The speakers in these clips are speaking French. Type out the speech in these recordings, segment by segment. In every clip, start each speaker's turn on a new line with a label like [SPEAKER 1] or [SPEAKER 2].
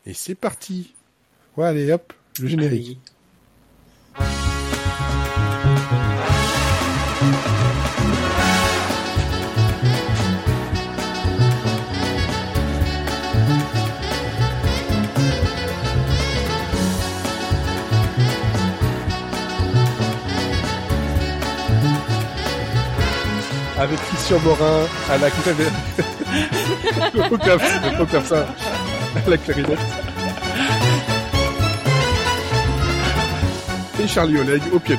[SPEAKER 1] Et c'est parti. Ouais, allez, hop, le générique. Avec Christian Morin à la clarinette. Au clavecin, à la clarinette. Et Charlie Oleg au piano.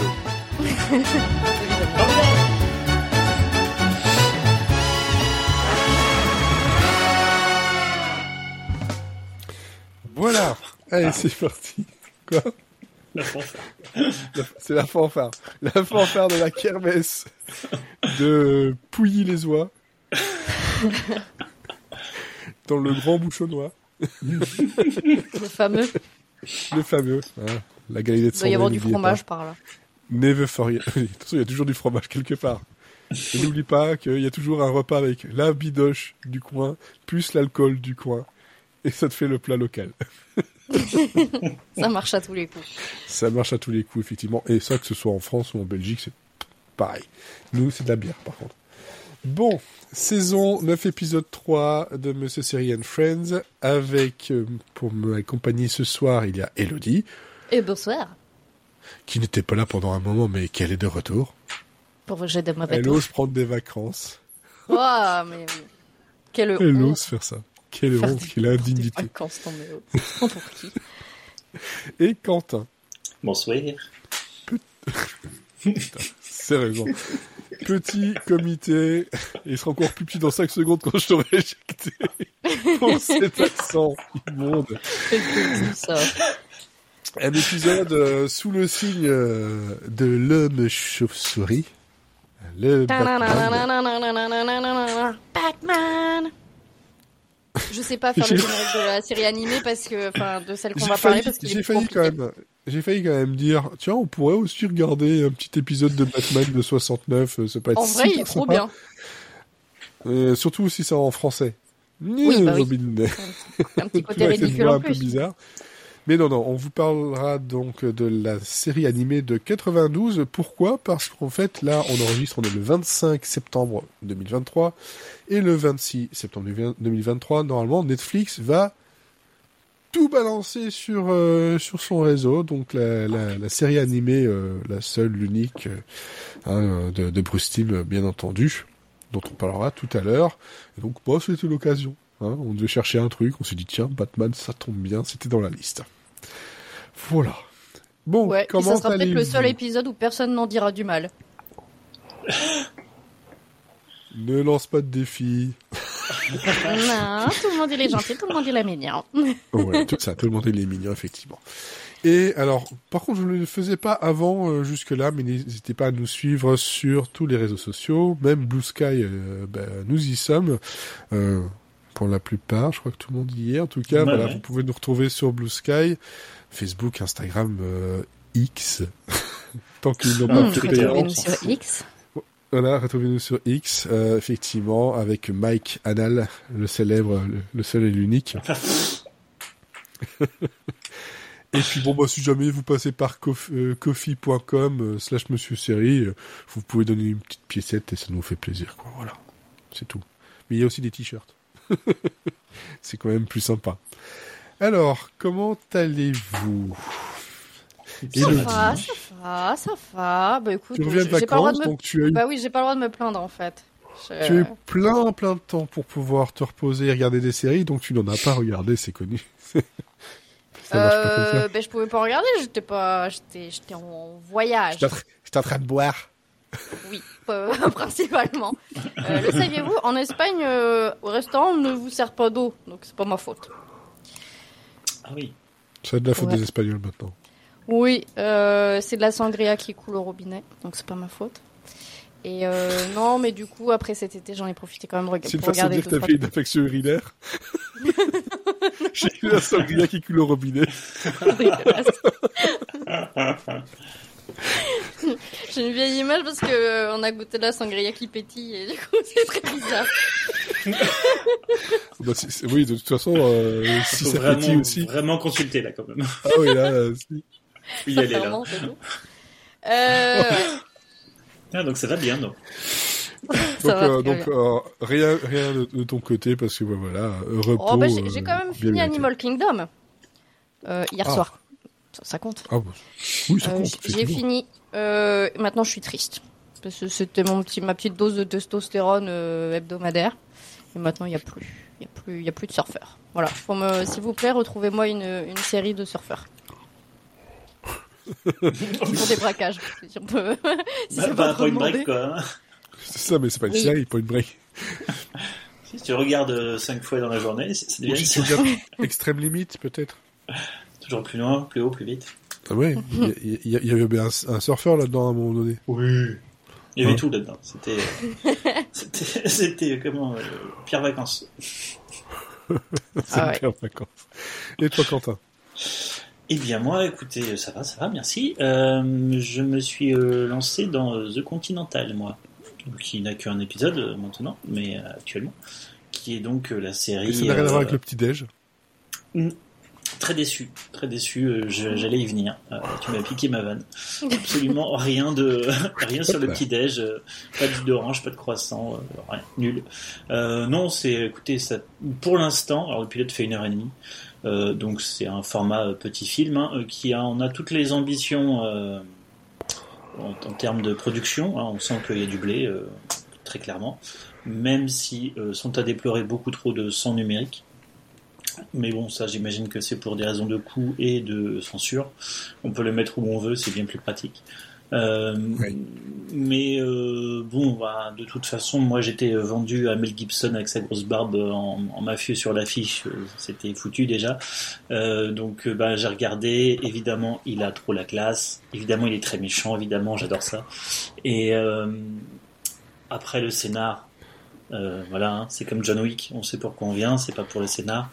[SPEAKER 1] Voilà. Allez, c'est parti. Quoi ?
[SPEAKER 2] La fanfare.
[SPEAKER 1] C'est la fanfare. La fanfare de la kermesse de Pouilly-les-Oies. Dans le grand bouchonnois.
[SPEAKER 3] Le fameux.
[SPEAKER 1] Le fameux. Hein, la galette de
[SPEAKER 3] Il doit y avoir du fromage par là.
[SPEAKER 1] Never forget. De toute façon, il y a toujours du fromage quelque part. Et n'oublie pas qu'il y a toujours un repas avec la bidoche du coin, plus l'alcool du coin. Et ça te fait le plat local.
[SPEAKER 3] Ça marche à tous les coups.
[SPEAKER 1] Ça marche à tous les coups, effectivement. Et ça, que ce soit en France ou en Belgique, c'est pareil. Nous, c'est de la bière, par contre. Bon, saison 9, épisode 3 de Monsieur Série and Friends. Avec, pour m'accompagner ce soir, il y a Elodie.
[SPEAKER 3] Et bonsoir.
[SPEAKER 1] Qui n'était pas là pendant un moment, mais qui est de retour.
[SPEAKER 3] Pour que j'ai de mauvais
[SPEAKER 1] Elle
[SPEAKER 3] tours.
[SPEAKER 1] ose prendre des vacances.
[SPEAKER 3] Oh, mais oui. Quelle honte.
[SPEAKER 1] Elle ose faire ça. Quelle honte, quelle indignité.
[SPEAKER 3] Vacances, non, mais oh. Prends pour qui ?
[SPEAKER 2] Bonsoir.
[SPEAKER 1] Et Quentin.
[SPEAKER 2] Bonsoir.
[SPEAKER 1] Putain, c'est raison. Petit comité, il sera encore plus petit dans 5 secondes quand je t'aurai éjecté pour cet accent immonde.
[SPEAKER 3] Ça.
[SPEAKER 1] Un épisode sous le signe de l'homme chauve-souris. Le
[SPEAKER 3] Batman. Je sais pas faire le générique de la série animée parce que, enfin, de celle qu'on va parler parce qu'il est compliqué.
[SPEAKER 1] J'ai failli quand même dire, tiens, on pourrait aussi regarder un petit épisode de Batman de 69, ça peut être
[SPEAKER 3] en vrai, il est trop bien.
[SPEAKER 1] Surtout si c'est en français.
[SPEAKER 3] Oui, bah
[SPEAKER 1] Robin.
[SPEAKER 3] Un petit côté ridicule en
[SPEAKER 1] un peu
[SPEAKER 3] plus.
[SPEAKER 1] bizarre. Mais non, on vous parlera donc de la série animée de 92. Pourquoi ? Parce qu'en fait, là, on enregistre, on est le 25 septembre 2023. Et le 26 septembre 2023, normalement, Netflix va tout balancer sur son réseau. Donc, la série animée, la seule, l'unique, de Bruce Timm, bien entendu, dont on parlera tout à l'heure. Et donc, c'était l'occasion. Hein, on devait chercher un truc, on s'est dit, tiens, Batman, ça tombe bien, c'était dans la liste. Voilà. Bon,
[SPEAKER 3] ouais,
[SPEAKER 1] comment
[SPEAKER 3] et ça sera peut-être le seul épisode où personne n'en dira du mal.
[SPEAKER 1] Ne lance pas de défi.
[SPEAKER 3] Non, tout le monde il est gentil, tout le monde il est mignon.
[SPEAKER 1] Ouais, tout le monde il est mignon, effectivement. Et alors, par contre, je ne le faisais pas avant jusque-là, mais n'hésitez pas à nous suivre sur tous les réseaux sociaux, même Blue Sky, nous y sommes. Pour la plupart, je crois que tout le monde y est. En tout cas, voilà, vous pouvez nous retrouver sur Blue Sky, Facebook, Instagram, X. Tant qu'ils n'ont pas fait payant.
[SPEAKER 3] Retrouvez-nous sur X.
[SPEAKER 1] Voilà, retrouvez-nous sur X, effectivement, avec Mike Anal, le célèbre, le seul et l'unique. Et puis bon, si jamais vous passez par coffee.com/Monsieur Série, vous pouvez donner une petite piécette et ça nous fait plaisir, quoi. Voilà, c'est tout. Mais il y a aussi des t-shirts. C'est quand même plus sympa. Alors, comment allez-vous ?
[SPEAKER 3] Ça va. Bah écoute,
[SPEAKER 1] tu reviens de vacances, donc tu as eu...
[SPEAKER 3] Bah oui, j'ai pas le droit de me plaindre en fait.
[SPEAKER 1] Tu as eu plein de temps pour pouvoir te reposer et regarder des séries, donc tu n'en as pas regardé, c'est connu. Ça marche pas comme ça.
[SPEAKER 3] Bah je pouvais pas regarder, j'étais en voyage.
[SPEAKER 1] J'étais en train de boire.
[SPEAKER 3] Oui, principalement. Le saviez-vous, en Espagne, au restaurant, on ne vous sert pas d'eau, donc c'est pas ma faute.
[SPEAKER 2] Ah oui.
[SPEAKER 1] C'est de la faute des Espagnols maintenant.
[SPEAKER 3] Oui, c'est de la sangria qui coule au robinet, donc c'est pas ma faute. Et non, mais du coup, après cet été, j'en ai profité quand même pour regarder.
[SPEAKER 1] C'est une façon de dire que t'avais une infection urinaire. J'ai eu la sangria qui coule au robinet.
[SPEAKER 3] J'ai une vieille image parce que on a goûté de la sangria qui pétille et du coup c'est très bizarre.
[SPEAKER 1] Bah, oui, de toute façon, si
[SPEAKER 2] Faut
[SPEAKER 1] ça
[SPEAKER 2] vraiment,
[SPEAKER 1] pétille aussi.
[SPEAKER 2] vraiment consulter là quand même.
[SPEAKER 1] Ah oui, là, si.
[SPEAKER 2] Oui,
[SPEAKER 3] Ça
[SPEAKER 2] elle est là.
[SPEAKER 3] fermente et tout. Ouais.
[SPEAKER 2] Ah, donc ça va bien, donc.
[SPEAKER 3] Ça va très
[SPEAKER 1] Donc, rien de ton côté parce que bah, voilà, repos.
[SPEAKER 3] Oh, bah, j'ai quand même
[SPEAKER 1] bien
[SPEAKER 3] fini
[SPEAKER 1] mérité.
[SPEAKER 3] Animal Kingdom hier soir. Ça compte.
[SPEAKER 1] Ah bah, oui, ça compte.
[SPEAKER 3] J'ai
[SPEAKER 1] effectivement.
[SPEAKER 3] fini. Maintenant, je suis triste parce que c'était ma petite dose de testostérone hebdomadaire. Et maintenant, il y a plus de surfeurs. Voilà. S'il vous plaît, retrouvez-moi une série de surfeurs. Pour des braquages. Si on peut. Si c'est
[SPEAKER 2] Pas
[SPEAKER 3] trop
[SPEAKER 2] Point
[SPEAKER 3] demandé.
[SPEAKER 2] Break, quoi.
[SPEAKER 1] C'est ça, mais c'est pas une
[SPEAKER 3] Oui.
[SPEAKER 1] série, Point Break.
[SPEAKER 2] Si tu regardes 5 fois dans la journée, c'est
[SPEAKER 1] Ou
[SPEAKER 2] déjà
[SPEAKER 1] si tu regardes Extrême Limite, peut-être.
[SPEAKER 2] toujours plus loin, plus haut, plus vite.
[SPEAKER 1] Ah ouais, il y avait bien un surfeur là-dedans à un moment donné.
[SPEAKER 2] Oui. Il y avait
[SPEAKER 1] Hein.
[SPEAKER 2] tout là-dedans. C'était comment Pierre Vacances.
[SPEAKER 1] C'est
[SPEAKER 3] Ah ouais.
[SPEAKER 1] hyper vacances. Et toi, Quentin?
[SPEAKER 2] Eh bien moi, écoutez, ça va, merci. Je me suis lancé dans The Continental, moi, qui n'a qu'un épisode maintenant, mais actuellement, qui est donc la série.
[SPEAKER 1] Et ça n'a rien à voir avec le petit-déj.
[SPEAKER 2] Très déçu. J'allais y venir. Tu m'as piqué ma vanne. Absolument rien sur le petit déj. Pas de jus d'orange, pas de croissant, rien, nul. Non, écoutez, ça, pour l'instant, alors le pilote fait 1h30. Donc c'est un format petit film on a toutes les ambitions en termes de production. On sent qu'il y a du blé, très clairement. Même si sont à déplorer beaucoup trop de sang numérique. Mais bon, ça, j'imagine que c'est pour des raisons de coût et de censure. On peut le mettre où on veut, c'est bien plus pratique.
[SPEAKER 1] Oui.
[SPEAKER 2] Mais bon, bah, de toute façon, moi, j'étais vendu à Mel Gibson avec sa grosse barbe en mafieux sur l'affiche. C'était foutu déjà. Donc, bah, j'ai regardé. Évidemment, il a trop la classe. Évidemment, il est très méchant. Évidemment, j'adore ça. Et après le scénar. Voilà, hein, c'est comme John Wick, on sait pourquoi on vient, c'est pas pour le scénar.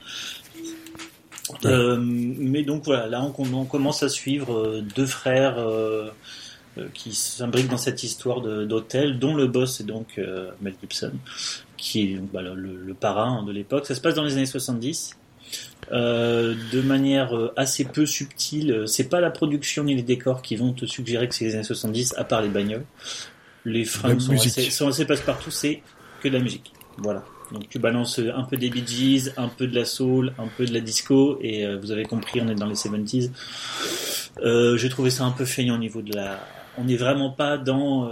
[SPEAKER 2] Mais donc voilà, là on commence à suivre deux frères qui s'imbriquent dans cette histoire d'hôtel, dont le boss est donc Mel Gibson, qui est bah, le parrain de l'époque. Ça se passe dans les années 70. De manière assez peu subtile, c'est pas la production ni les décors qui vont te suggérer que c'est les années 70, à part les bagnoles. Les fringues sont assez passe-partout, c'est que de la musique. Voilà. Donc tu balances un peu des Bee Gees, un peu de la soul, un peu de la disco, et vous avez compris, on est dans les 70s. J'ai trouvé ça un peu feignant au niveau de la... On n'est vraiment pas dans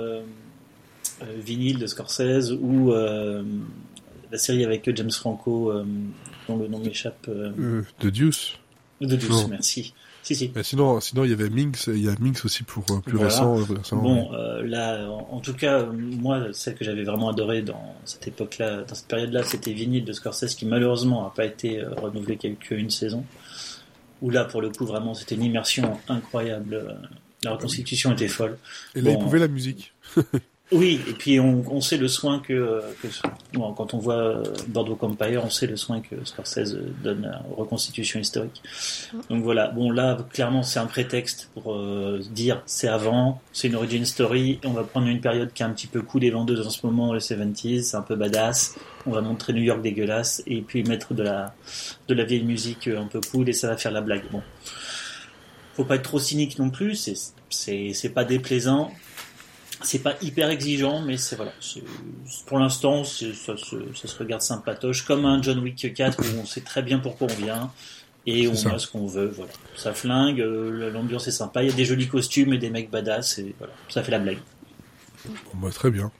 [SPEAKER 2] Vinyle de Scorsese ou la série avec James Franco, dont le nom m'échappe.
[SPEAKER 1] De Deuce.
[SPEAKER 2] De Deuce,
[SPEAKER 1] Non.
[SPEAKER 2] merci. Si.
[SPEAKER 1] Mais sinon, il y avait Minx, il y a Minx aussi pour plus
[SPEAKER 2] Voilà.
[SPEAKER 1] récent.
[SPEAKER 2] Bon, là, en tout cas, moi, celle que j'avais vraiment adorée dans cette époque-là, dans cette période-là, c'était Vinyl de Scorsese, qui malheureusement n'a pas été renouvelé qu'une saison. Où là, pour le coup, vraiment, c'était une immersion incroyable. La reconstitution était folle.
[SPEAKER 1] Et là, il pouvait la musique.
[SPEAKER 2] Oui, et puis on sait le soin que bon, quand on voit Boardwalk Empire, on sait le soin que Scorsese donne aux reconstitutions historiques. Donc voilà, bon là, clairement, c'est un prétexte pour dire c'est avant, c'est une origin story, et on va prendre une période qui est un petit peu cool et vendeuse en ce moment, les 70s, c'est un peu badass, on va montrer New York dégueulasse, et puis mettre de la vieille musique un peu cool, et ça va faire la blague. Bon, faut pas être trop cynique non plus, c'est pas déplaisant. C'est pas hyper exigeant, mais pour l'instant, ça se regarde sympatoche, comme un John Wick 4 où on sait très bien pourquoi on vient et on a ce qu'on veut. Voilà, ça flingue, l'ambiance est sympa, il y a des jolis costumes et des mecs badass et voilà, ça fait la blague.
[SPEAKER 1] Bon, bah, très bien.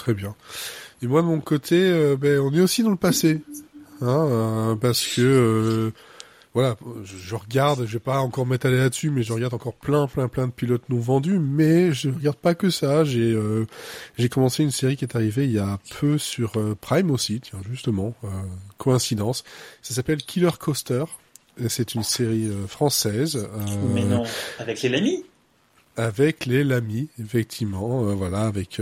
[SPEAKER 1] Et moi de mon côté, on est aussi dans le passé, hein, parce que voilà, je regarde, je vais pas encore m'étaler là-dessus, mais je regarde encore plein de pilotes non vendus, mais je regarde pas que ça. J'ai commencé une série qui est arrivée il y a peu sur Prime aussi, tiens, justement, coïncidence. Ça s'appelle Killer Coaster. C'est une série française.
[SPEAKER 2] Mais non, avec les Lamy.
[SPEAKER 1] Avec les Lamy, effectivement, voilà, avec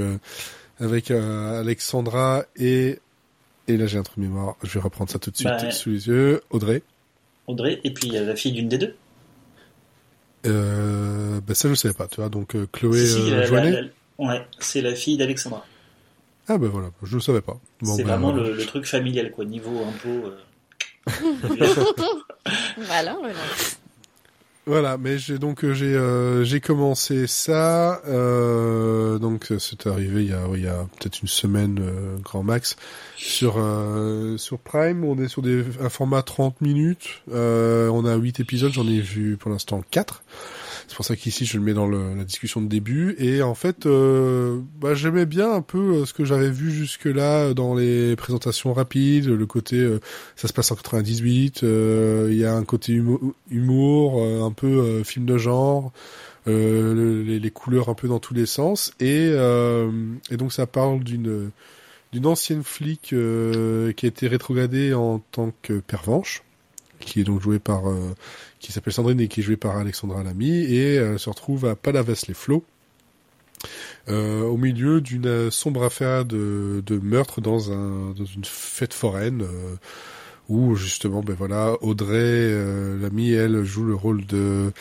[SPEAKER 1] Alexandra et là j'ai un trou de mémoire, je vais reprendre ça tout de suite sous les yeux, Audrey,
[SPEAKER 2] et puis il y a la fille d'une des deux.
[SPEAKER 1] ça je savais pas, tu vois. Donc Chloé
[SPEAKER 2] Si,
[SPEAKER 1] Joannet.
[SPEAKER 2] Ouais, c'est la fille d'Alexandra.
[SPEAKER 1] Ah ben voilà, je le savais pas. Bon,
[SPEAKER 2] c'est vraiment le truc familial, quoi, niveau impôt.
[SPEAKER 3] Voilà.
[SPEAKER 1] Voilà, mais j'ai commencé ça. Donc c'est arrivé il y a peut-être une semaine grand max sur Prime. On est sur un format 30 minutes. On a 8 épisodes, j'en ai vu pour l'instant 4. C'est pour ça qu'ici je le mets dans la discussion de début. Et en fait, j'aimais bien un peu ce que j'avais vu jusque-là dans les présentations rapides, le côté ça se passe en 98, il y a un côté humour, un peu film de genre, les couleurs un peu dans tous les sens. Et donc ça parle d'une ancienne flic qui a été rétrogradée en tant que pervenche, qui est donc jouée par qui s'appelle Sandrine et qui est jouée par Alexandra Lamy, et elle se retrouve à Palavas-les-Flots au milieu d'une sombre affaire de meurtre dans une fête foraine où justement Audrey Lamy, elle joue le rôle de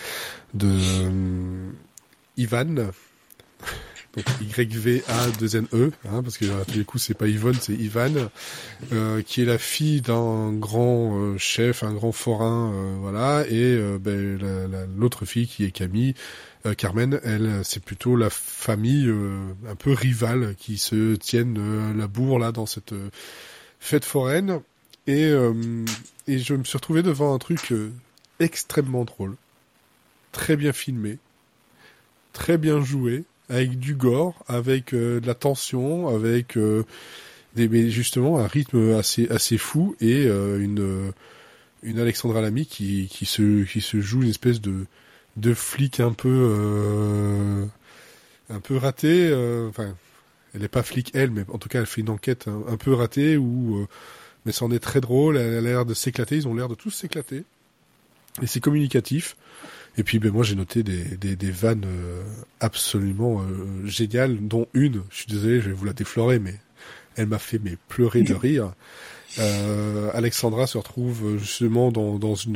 [SPEAKER 1] Ivan. Donc YVA2NE, parce que à tous les coups c'est pas Yvonne, c'est Ivan, qui est la fille d'un grand chef, un grand forain, et l'autre fille qui est Camille, Carmen, elle c'est plutôt la famille un peu rivale qui se tiennent la bourre là dans cette fête foraine, et je me suis retrouvé devant un truc extrêmement drôle, très bien filmé, très bien joué, avec du gore, avec de la tension, avec mais justement un rythme assez fou, et une Alexandra Lamy qui se joue une espèce de flic un peu ratée. Elle n'est pas flic elle, mais en tout cas elle fait une enquête un peu ratée mais ça en est très drôle. Elle a l'air de s'éclater. Ils ont l'air de tous s'éclater, et c'est communicatif. Et puis moi j'ai noté des vannes absolument géniales, dont une, je suis désolé, je vais vous la déflorer, mais elle m'a fait pleurer de rire. Alexandra se retrouve justement dans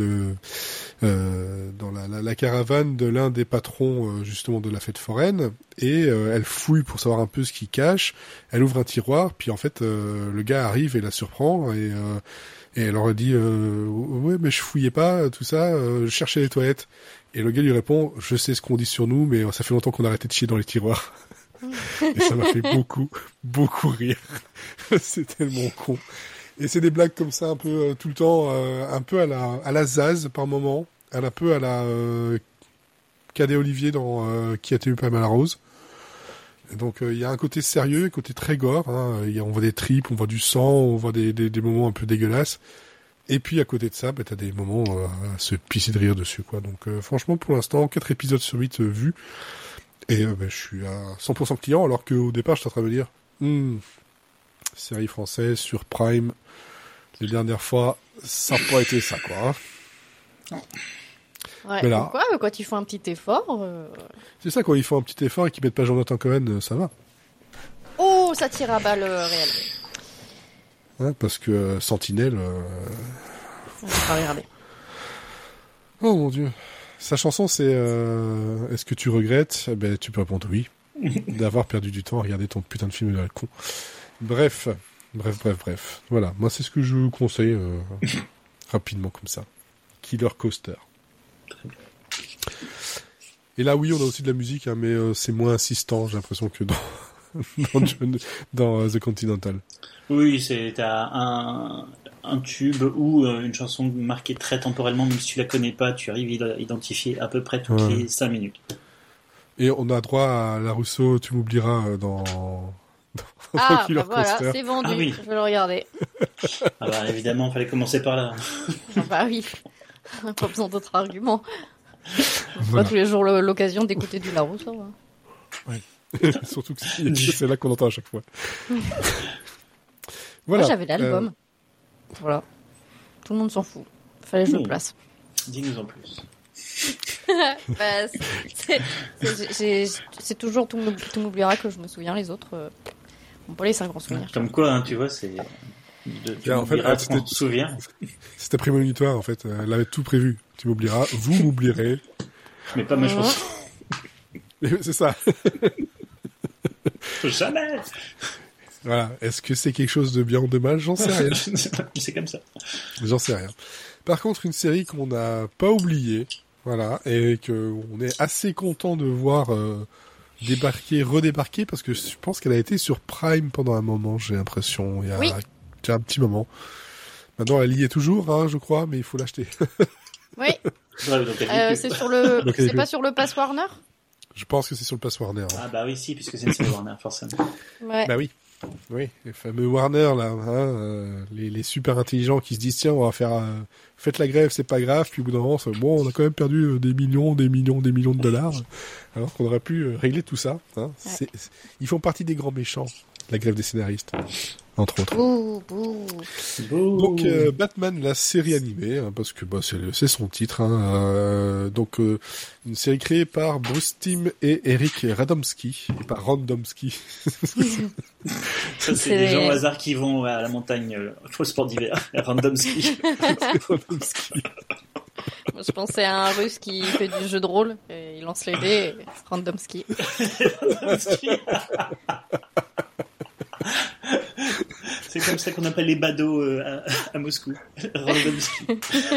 [SPEAKER 1] la caravane de l'un des patrons justement de la fête foraine, et elle fouille pour savoir un peu ce qu'il cache. Elle ouvre un tiroir, puis en fait le gars arrive et la surprend, et elle leur dit ouais mais je fouillais pas tout ça, je cherchais les toilettes. Et le gars lui répond, je sais ce qu'on dit sur nous, mais ça fait longtemps qu'on a arrêté de chier dans les tiroirs. Et ça m'a fait beaucoup rire. C'est tellement con. Et c'est des blagues comme ça un peu tout le temps, un peu à la Zaz par moment, un peu à la Cadet Olivier dans Qui a tué Pamela Rose. Et donc il y a un côté sérieux, un côté très gore. On voit des tripes, on voit du sang, on voit des moments un peu dégueulasses. Et puis à côté de ça, t'as des moments à se pisser de rire dessus, quoi. Donc franchement, pour l'instant, 4 épisodes sur 8 vus, et je suis à 100% client, alors qu'au départ, j'étais en train de me dire, série française sur Prime, les dernières fois, ça n'a pas été ça, quoi.
[SPEAKER 3] Ouais,
[SPEAKER 1] mais là,
[SPEAKER 3] quand ils font un petit effort...
[SPEAKER 1] C'est ça, quand ils font un petit effort et qu'ils mettent pas Jonathan Cohen, ça va.
[SPEAKER 3] Oh, ça tire à balles réelles.
[SPEAKER 1] Parce que Sentinelle...
[SPEAKER 3] On va pas regarder.
[SPEAKER 1] Oh mon Dieu. Sa chanson, c'est Est-ce que tu regrettes ? Tu peux répondre oui. D'avoir perdu du temps à regarder ton putain de film de la con. Bref. Voilà. Moi, c'est ce que je vous conseille rapidement comme ça. Killer Coaster. Et là, oui, on a aussi de la musique, mais c'est moins insistant, j'ai l'impression, que dans The Continental.
[SPEAKER 2] Oui, c'est un tube ou une chanson marquée très temporellement, même si tu la connais pas, tu arrives à identifier à peu près toutes les 5 minutes.
[SPEAKER 1] Et on a droit à La Rousseau, tu m'oublieras dans Killer Coaster.
[SPEAKER 3] C'est vendu,
[SPEAKER 2] ah, oui.
[SPEAKER 3] Je vais le regarder.
[SPEAKER 2] Évidemment, il fallait commencer par là.
[SPEAKER 3] Oui, pas besoin d'autres arguments. Pas tous les jours l'occasion d'écouter du La Rousseau.
[SPEAKER 1] Ouais. Surtout que c'est là qu'on entend à chaque fois. Voilà.
[SPEAKER 3] Moi, j'avais l'album. Voilà. Tout le monde s'en fout. Fallait que je le place.
[SPEAKER 2] Dis-nous en plus.
[SPEAKER 3] C'est toujours tout m'oubliera que je me souviens. Les autres, on peut les 5 grands souvenirs.
[SPEAKER 2] Comme quoi, tu vois, c'est...
[SPEAKER 1] En fait,
[SPEAKER 2] on se souvient.
[SPEAKER 1] C'était prémonitoire, en fait. Elle avait tout prévu. Tu m'oublieras. Vous m'oublierez.
[SPEAKER 2] Mais pas ma chanson.
[SPEAKER 1] C'est ça.
[SPEAKER 2] Jamais.
[SPEAKER 1] Voilà. Est-ce que c'est quelque chose de bien ou de mal? J'en sais rien.
[SPEAKER 2] C'est comme ça.
[SPEAKER 1] J'en sais rien. Par contre, une série qu'on n'a pas oubliée, voilà, et que on est assez content de voir redébarquer, parce que je pense qu'elle a été sur Prime pendant un moment, j'ai l'impression, il y a déjà un petit moment. Maintenant, elle y est toujours, hein, je crois, mais il faut l'acheter.
[SPEAKER 3] Oui. C'est sur le. C'est pas sur le Pass Warner?
[SPEAKER 1] Je pense que c'est sur le Pass Warner.
[SPEAKER 2] Ah bah oui, si, puisque c'est une série Warner, forcément.
[SPEAKER 3] Ouais.
[SPEAKER 1] Bah oui. Oui, les fameux Warner là, hein, les super intelligents qui se disent tiens, on va faire faites la grève, c'est pas grave, puis au bout d'un moment, bon, on a quand même perdu des millions de dollars, alors qu'on aurait pu régler tout ça. Hein. Ouais. Ils font partie des grands méchants, la grève des scénaristes, entre autres. Donc Batman, la série animée, hein, parce que c'est son titre. Hein, donc une série créée par Bruce Timm et Eric Radomski, et pas Randomski.
[SPEAKER 2] Ça, c'est des gens au hasard qui vont à la montagne au sport d'hiver. Randomski.
[SPEAKER 3] Moi, je pensais à un Russe qui fait du jeu de rôle, et il lance les dés, Randomski.
[SPEAKER 2] C'est comme ça qu'on appelle les badauds à Moscou. Randomski.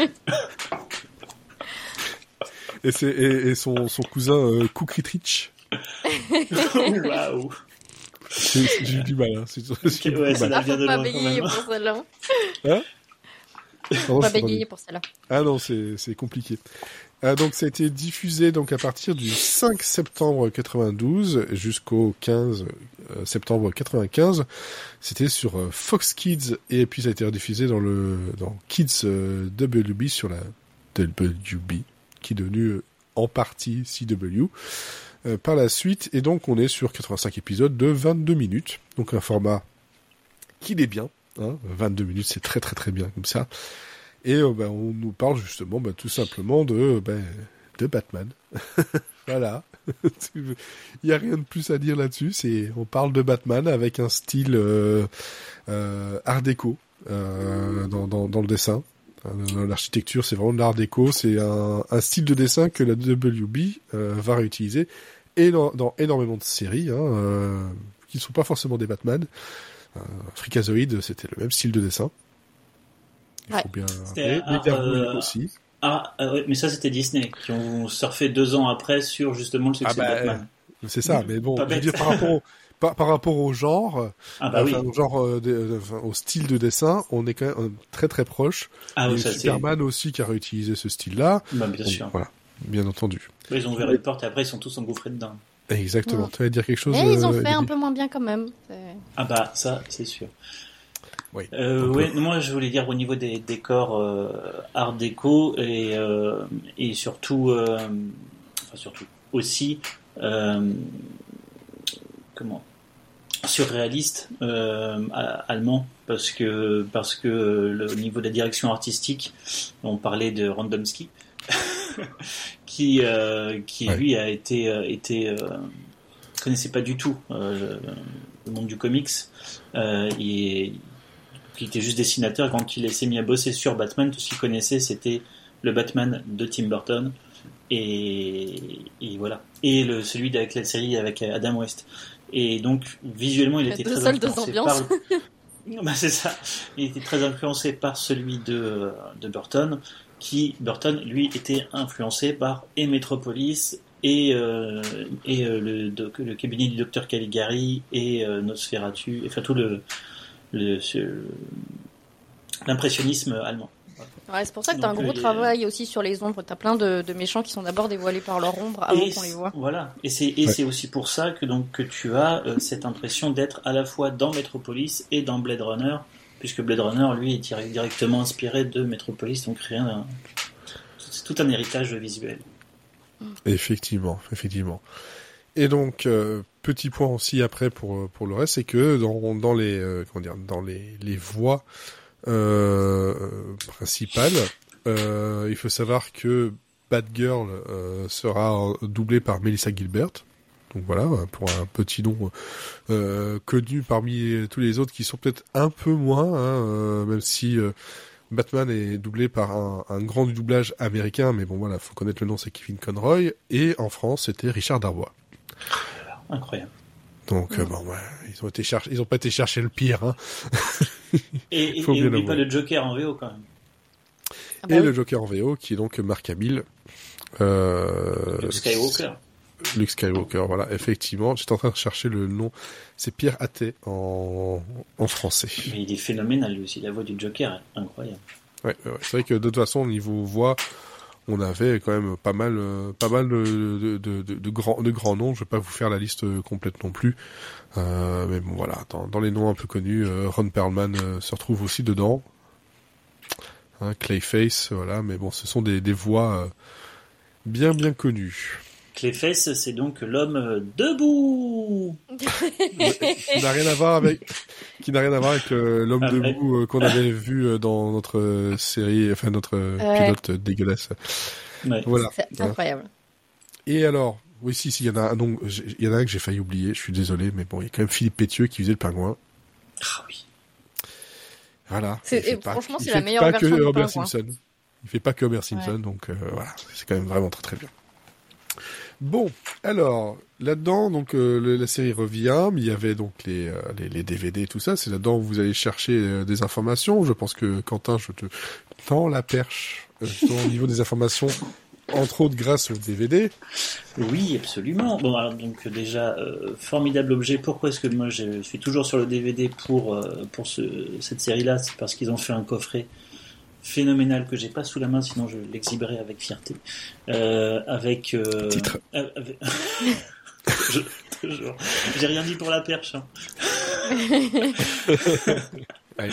[SPEAKER 1] Et son cousin Kukritrich.
[SPEAKER 2] Waouh.
[SPEAKER 1] J'ai eu du mal. Hein.
[SPEAKER 2] Ouais, ça vient de
[SPEAKER 3] pas
[SPEAKER 2] loin.
[SPEAKER 3] bégayer pour celle-là.
[SPEAKER 1] Hein?
[SPEAKER 3] Pas bégayer pour celle-là.
[SPEAKER 1] Ah non, c'est compliqué. Donc ça a été diffusé donc à partir du 5 septembre 92 jusqu'au 15 septembre 95. C'était sur Fox Kids, et puis ça a été rediffusé dans Kids WB sur la WB, qui est devenue en partie CW par la suite. Et donc on est sur 85 épisodes de 22 minutes, donc un format qui est bien. Hein, 22 minutes, c'est très très très bien comme ça. Et on nous parle justement tout simplement de Batman. Voilà. Il n'y a rien de plus à dire là-dessus. On parle de Batman avec un style art déco dans le dessin. L'architecture, c'est vraiment de l'art déco. C'est un style de dessin que la WB va réutiliser dans énormément de séries qui ne sont pas forcément des Batman. Freakazoid, c'était le même style de dessin. Il faut bien aussi.
[SPEAKER 2] Ouais, mais ça c'était Disney qui ont surfé 2 ans après sur justement le succès de Batman.
[SPEAKER 1] C'est ça, mais bon, je veux dire par rapport au genre, au style de dessin, on est quand même très très proche.
[SPEAKER 2] Ah oui,
[SPEAKER 1] ça Superman aussi qui a réutilisé ce style-là.
[SPEAKER 2] Bien sûr.
[SPEAKER 1] Voilà, bien entendu.
[SPEAKER 2] Ils ont ouvert une porte et après ils sont tous engouffrés dedans.
[SPEAKER 1] Exactement. Ouais. Tu vas dire quelque chose?
[SPEAKER 3] Mais ils ont fait un peu moins bien quand même.
[SPEAKER 2] Ah bah ça c'est sûr.
[SPEAKER 1] Oui.
[SPEAKER 2] Moi je voulais dire au niveau des décors art déco et surtout aussi surréaliste allemand parce que au niveau de la direction artistique, on parlait de Randomski qui lui a été connaissait pas du tout le monde du comics, qui était juste dessinateur. Quand il s'est mis à bosser sur Batman, tout ce qu'il connaissait c'était le Batman de Tim Burton et voilà, et celui avec la série avec Adam West, et donc visuellement il était très influencé par c'est ça, il était très influencé par celui de Burton, Burton lui était influencé par Metropolis et le cabinet du docteur Caligari et Nosferatu, enfin tout l'impressionnisme allemand.
[SPEAKER 3] Ouais, c'est pour ça que t'as un gros travail aussi sur les ombres. T'as plein de méchants qui sont d'abord dévoilés par leur ombre avant qu'on les voit.
[SPEAKER 2] Voilà. Et c'est aussi pour ça que tu as cette impression d'être à la fois dans Metropolis et dans Blade Runner, puisque Blade Runner, lui, est directement inspiré de Metropolis, donc c'est tout un héritage visuel.
[SPEAKER 1] Effectivement. Et donc, petit point aussi après pour le reste, c'est que dans les voix principales, il faut savoir que Batgirl sera doublée par Melissa Gilbert. Donc voilà, pour un petit nom connu parmi tous les autres qui sont peut-être un peu moins, même si Batman est doublé par un grand du doublage américain, mais bon voilà, faut connaître le nom, c'est Kevin Conroy, et en France c'était Richard Darbois.
[SPEAKER 2] Incroyable.
[SPEAKER 1] Donc ils ont pas été chercher le pire, hein.
[SPEAKER 2] Et n'oublie pas le Joker en VO quand même.
[SPEAKER 3] Ah bah
[SPEAKER 1] Et
[SPEAKER 3] oui.
[SPEAKER 1] le Joker en VO qui est donc Mark Hamill.
[SPEAKER 2] Le Skywalker.
[SPEAKER 1] Luke Skywalker, voilà, effectivement, j'étais en train de chercher le nom. C'est Pierre Attet en français.
[SPEAKER 2] Mais il est phénoménal lui aussi. La voix du Joker est incroyable.
[SPEAKER 1] Ouais. C'est vrai que de toute façon, au niveau voix, on avait quand même pas mal de grands noms. Je vais pas vous faire la liste complète non plus. Mais bon, voilà, dans les noms un peu connus, Ron Perlman se retrouve aussi dedans. Hein, Clayface, voilà, mais bon, ce sont des voix bien connues.
[SPEAKER 2] Clayface, c'est donc l'homme debout.
[SPEAKER 1] Qui n'a rien à voir avec l'homme
[SPEAKER 2] Ah, ouais.
[SPEAKER 1] debout qu'on avait vu dans notre série, enfin notre pilote dégueulasse.
[SPEAKER 2] Ouais.
[SPEAKER 1] Voilà.
[SPEAKER 3] C'est incroyable.
[SPEAKER 1] Et alors, oui, si, il y en a un, donc, il y en a un que j'ai failli oublier, je suis désolé, mais bon, il y a quand même Philippe Pétieux qui faisait le pingouin.
[SPEAKER 2] Ah oui.
[SPEAKER 1] Voilà.
[SPEAKER 3] Franchement,
[SPEAKER 1] Il
[SPEAKER 3] c'est
[SPEAKER 1] fait
[SPEAKER 3] la meilleure
[SPEAKER 1] pas
[SPEAKER 3] version
[SPEAKER 1] que
[SPEAKER 3] du
[SPEAKER 1] Homer
[SPEAKER 3] pingouin.
[SPEAKER 1] Simpson. Il fait pas que Homer Simpson, donc voilà, c'est quand même vraiment très bien. Bon, alors là-dedans, donc la série revient, mais il y avait donc les DVD et tout ça. C'est là-dedans où vous allez chercher des informations. Je pense que Quentin, je te tends la perche au niveau des informations, entre autres grâce aux DVD.
[SPEAKER 2] Oui, absolument. Bon, alors donc déjà formidable objet. Pourquoi est-ce que moi je suis toujours sur le DVD pour cette série-là? C'est parce qu'ils ont fait un coffret phénoménal que j'ai pas sous la main, sinon je l'exhiberai avec fierté. Avec
[SPEAKER 1] Titre.
[SPEAKER 2] J'ai rien dit pour la perche. Hein.
[SPEAKER 1] Ouais.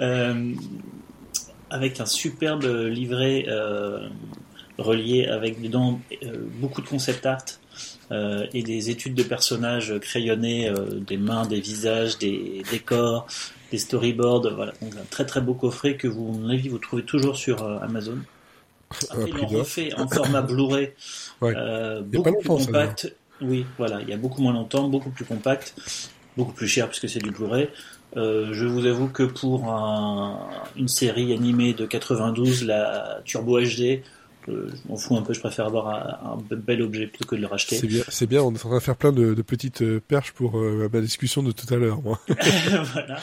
[SPEAKER 2] Avec un superbe livret relié avec dedans beaucoup de concept art et des études de personnages crayonnés, des mains, des visages, des décors, des storyboards, voilà. Donc un très très beau coffret que vous, à mon avis, vous trouvez toujours sur Amazon. Après, ils l'ont refait en format Blu-ray,
[SPEAKER 1] Ouais.
[SPEAKER 2] beaucoup plus
[SPEAKER 1] longtemps, ça,
[SPEAKER 2] compact. Oui, voilà, il y a beaucoup moins longtemps, beaucoup plus compact, beaucoup plus cher puisque c'est du Blu-ray. Je vous avoue que pour une série animée de 92, la Turbo HD, je m'en fous un peu, je préfère avoir un bel objet plutôt que de le racheter.
[SPEAKER 1] C'est bien, on est en train de faire plein de petites perches pour ma discussion de tout à l'heure, moi.
[SPEAKER 2] Voilà.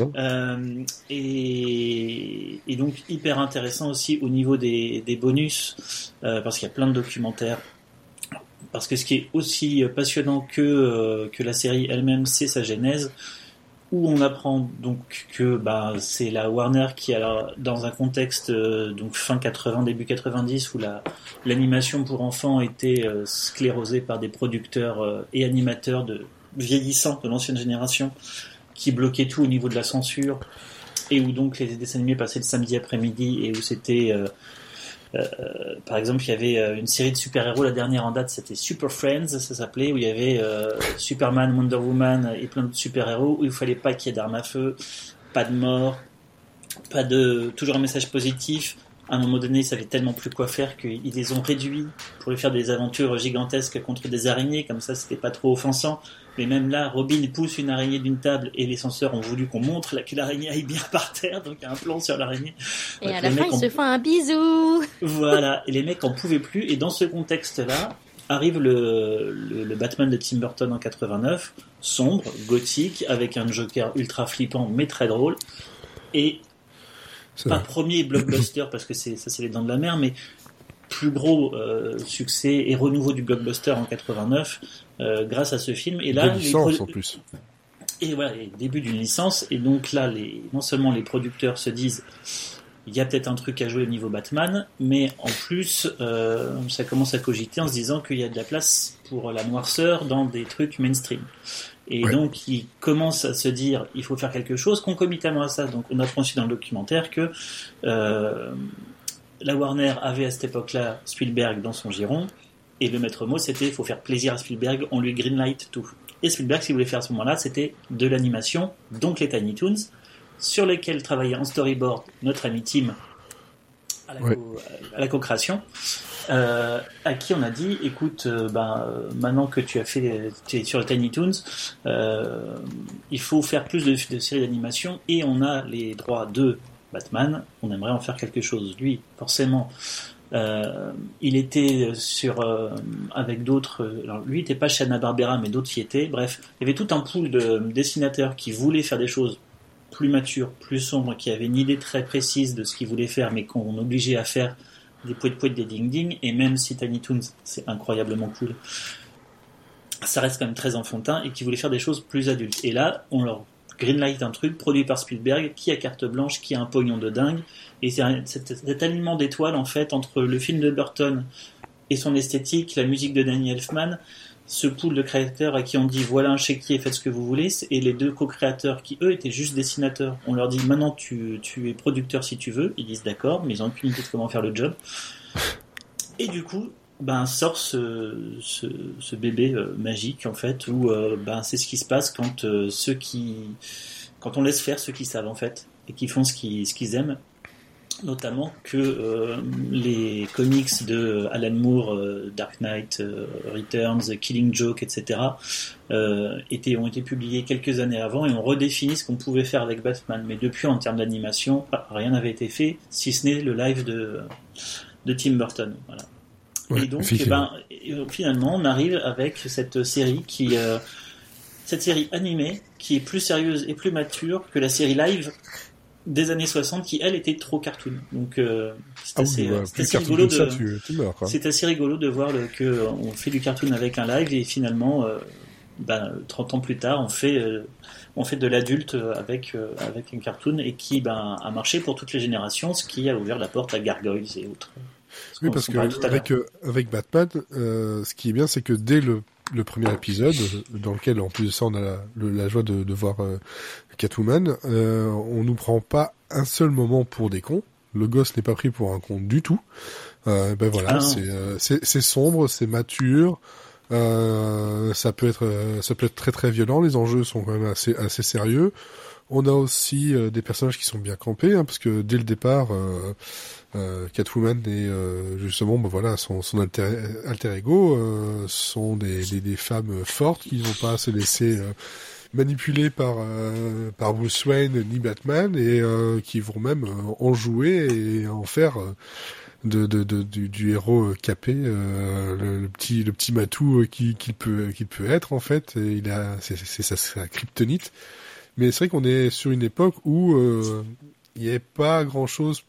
[SPEAKER 2] Et donc hyper intéressant aussi au niveau des bonus, parce qu'il y a plein de documentaires. Parce que ce qui est aussi passionnant que la série elle-même, c'est sa genèse, où on apprend donc que c'est la Warner qui, alors, dans un contexte donc fin 80, début 90, où l'animation pour enfants était sclérosée par des producteurs et animateurs vieillissants de l'ancienne génération, qui bloquaient tout au niveau de la censure, et où donc les dessins animés passaient le samedi après-midi, et où c'était... par exemple, il y avait une série de super-héros, la dernière en date, c'était Super Friends, ça s'appelait, où il y avait Superman, Wonder Woman et plein de super-héros, où il fallait pas qu'il y ait d'armes à feu, pas de mort, toujours un message positif. À un moment donné, ils savaient tellement plus quoi faire qu'ils les ont réduits pour faire des aventures gigantesques contre des araignées, comme ça c'était pas trop offensant. Mais même là, Robin pousse une araignée d'une table et les censeurs ont voulu qu'on montre que l'araignée aille bien par terre, donc il y a un plan sur l'araignée.
[SPEAKER 3] Et à la fin, ils se font un bisou.
[SPEAKER 2] Voilà, et les mecs en pouvaient plus, et dans ce contexte-là, arrive le Batman de Tim Burton en 89, sombre, gothique, avec un Joker ultra flippant mais très drôle, et pas premier blockbuster parce que c'est les dents de la mer, mais plus gros succès et renouveau du blockbuster en 89 grâce à ce film. Et là,
[SPEAKER 1] licence en plus.
[SPEAKER 2] Et voilà, début d'une licence. Et donc là, non seulement les producteurs se disent il y a peut-être un truc à jouer au niveau Batman, mais en plus ça commence à cogiter en se disant qu'il y a de la place pour la noirceur dans des trucs mainstream. Et donc, ils commencent à se dire, il faut faire quelque chose. Concomitamment à ça, donc on apprend aussi dans le documentaire que la Warner avait à cette époque-là Spielberg dans son giron, et le maître mot, c'était, il faut faire plaisir à Spielberg, on lui greenlight tout. Et Spielberg, ce qu'il voulait faire à ce moment-là, c'était de l'animation, donc les Tiny Toons, sur lesquels travaillait en storyboard notre ami Tim à la co-création. À qui on a dit, écoute, maintenant que tu es sur le Tiny Toons, il faut faire plus de séries d'animation et on a les droits de Batman, on aimerait en faire quelque chose. Lui, forcément, Il était avec d'autres. Alors lui, il n'était pas chez Hanna-Barbera, mais d'autres y étaient. Bref, il y avait tout un pool de dessinateurs qui voulaient faire des choses plus matures, plus sombres, qui avaient une idée très précise de ce qu'ils voulaient faire, mais qu'on obligeait à faire des poètes, des ding-ding. Et même si Tiny Toons, c'est incroyablement cool, ça reste quand même très enfantin, et qui voulaient faire des choses plus adultes. Et là, on leur greenlight un truc produit par Spielberg, qui a carte blanche, qui a un pognon de dingue. Et c'est cet alignement d'étoiles, en fait, entre le film de Burton et son esthétique, la musique de Danny Elfman, ce pool de créateurs à qui on dit voilà un chéquier, faites ce que vous voulez, et les deux co-créateurs qui, eux, étaient juste dessinateurs. On leur dit maintenant tu es producteur si tu veux. Ils disent d'accord, mais ils n'ont aucune idée de comment faire le job. Et du coup, sort ce bébé magique, en fait, où c'est ce qui se passe quand quand on laisse faire ceux qui savent, en fait, et qui font ce qu'ils aiment. Notamment que les comics de Alan Moore, Dark Knight Returns, Killing Joke, etc. ont été publiés quelques années avant, et on redéfinit ce qu'on pouvait faire avec Batman. Mais depuis, en termes d'animation, rien n'avait été fait, si ce n'est le live de Tim Burton. Voilà.
[SPEAKER 1] Ouais,
[SPEAKER 2] et donc, finalement, on arrive avec cette série cette série animée qui est plus sérieuse et plus mature que la série live des années 60 qui, elle, était trop cartoon. Donc c'est assez rigolo c'est assez rigolo de voir qu'on fait du cartoon avec un live, et finalement 30 ans plus tard on fait de l'adulte avec un cartoon, et qui a marché pour toutes les générations, ce qui a ouvert la porte à Gargoyles et autres.
[SPEAKER 1] Oui, parce que avec Batman, ce qui est bien, c'est que dès le premier épisode, dans lequel, en plus de ça, on a la joie de voir Catwoman, on nous prend pas un seul moment pour des cons. Le gosse n'est pas pris pour un con du tout. C'est sombre, c'est mature. Ça peut être très très violent. Les enjeux sont quand même assez sérieux. On a aussi des personnages qui sont bien campés, parce que dès le départ, Catwoman et justement, son alter ego sont des femmes fortes qui n'ont pas à se laisser manipuler par Bruce Wayne ni Batman, et qui vont même en jouer et en faire du héros capé, le petit matou qu'il peut être, en fait. Et c'est sa kryptonite. Mais c'est vrai qu'on est sur une époque où il n'y avait pas grand-chose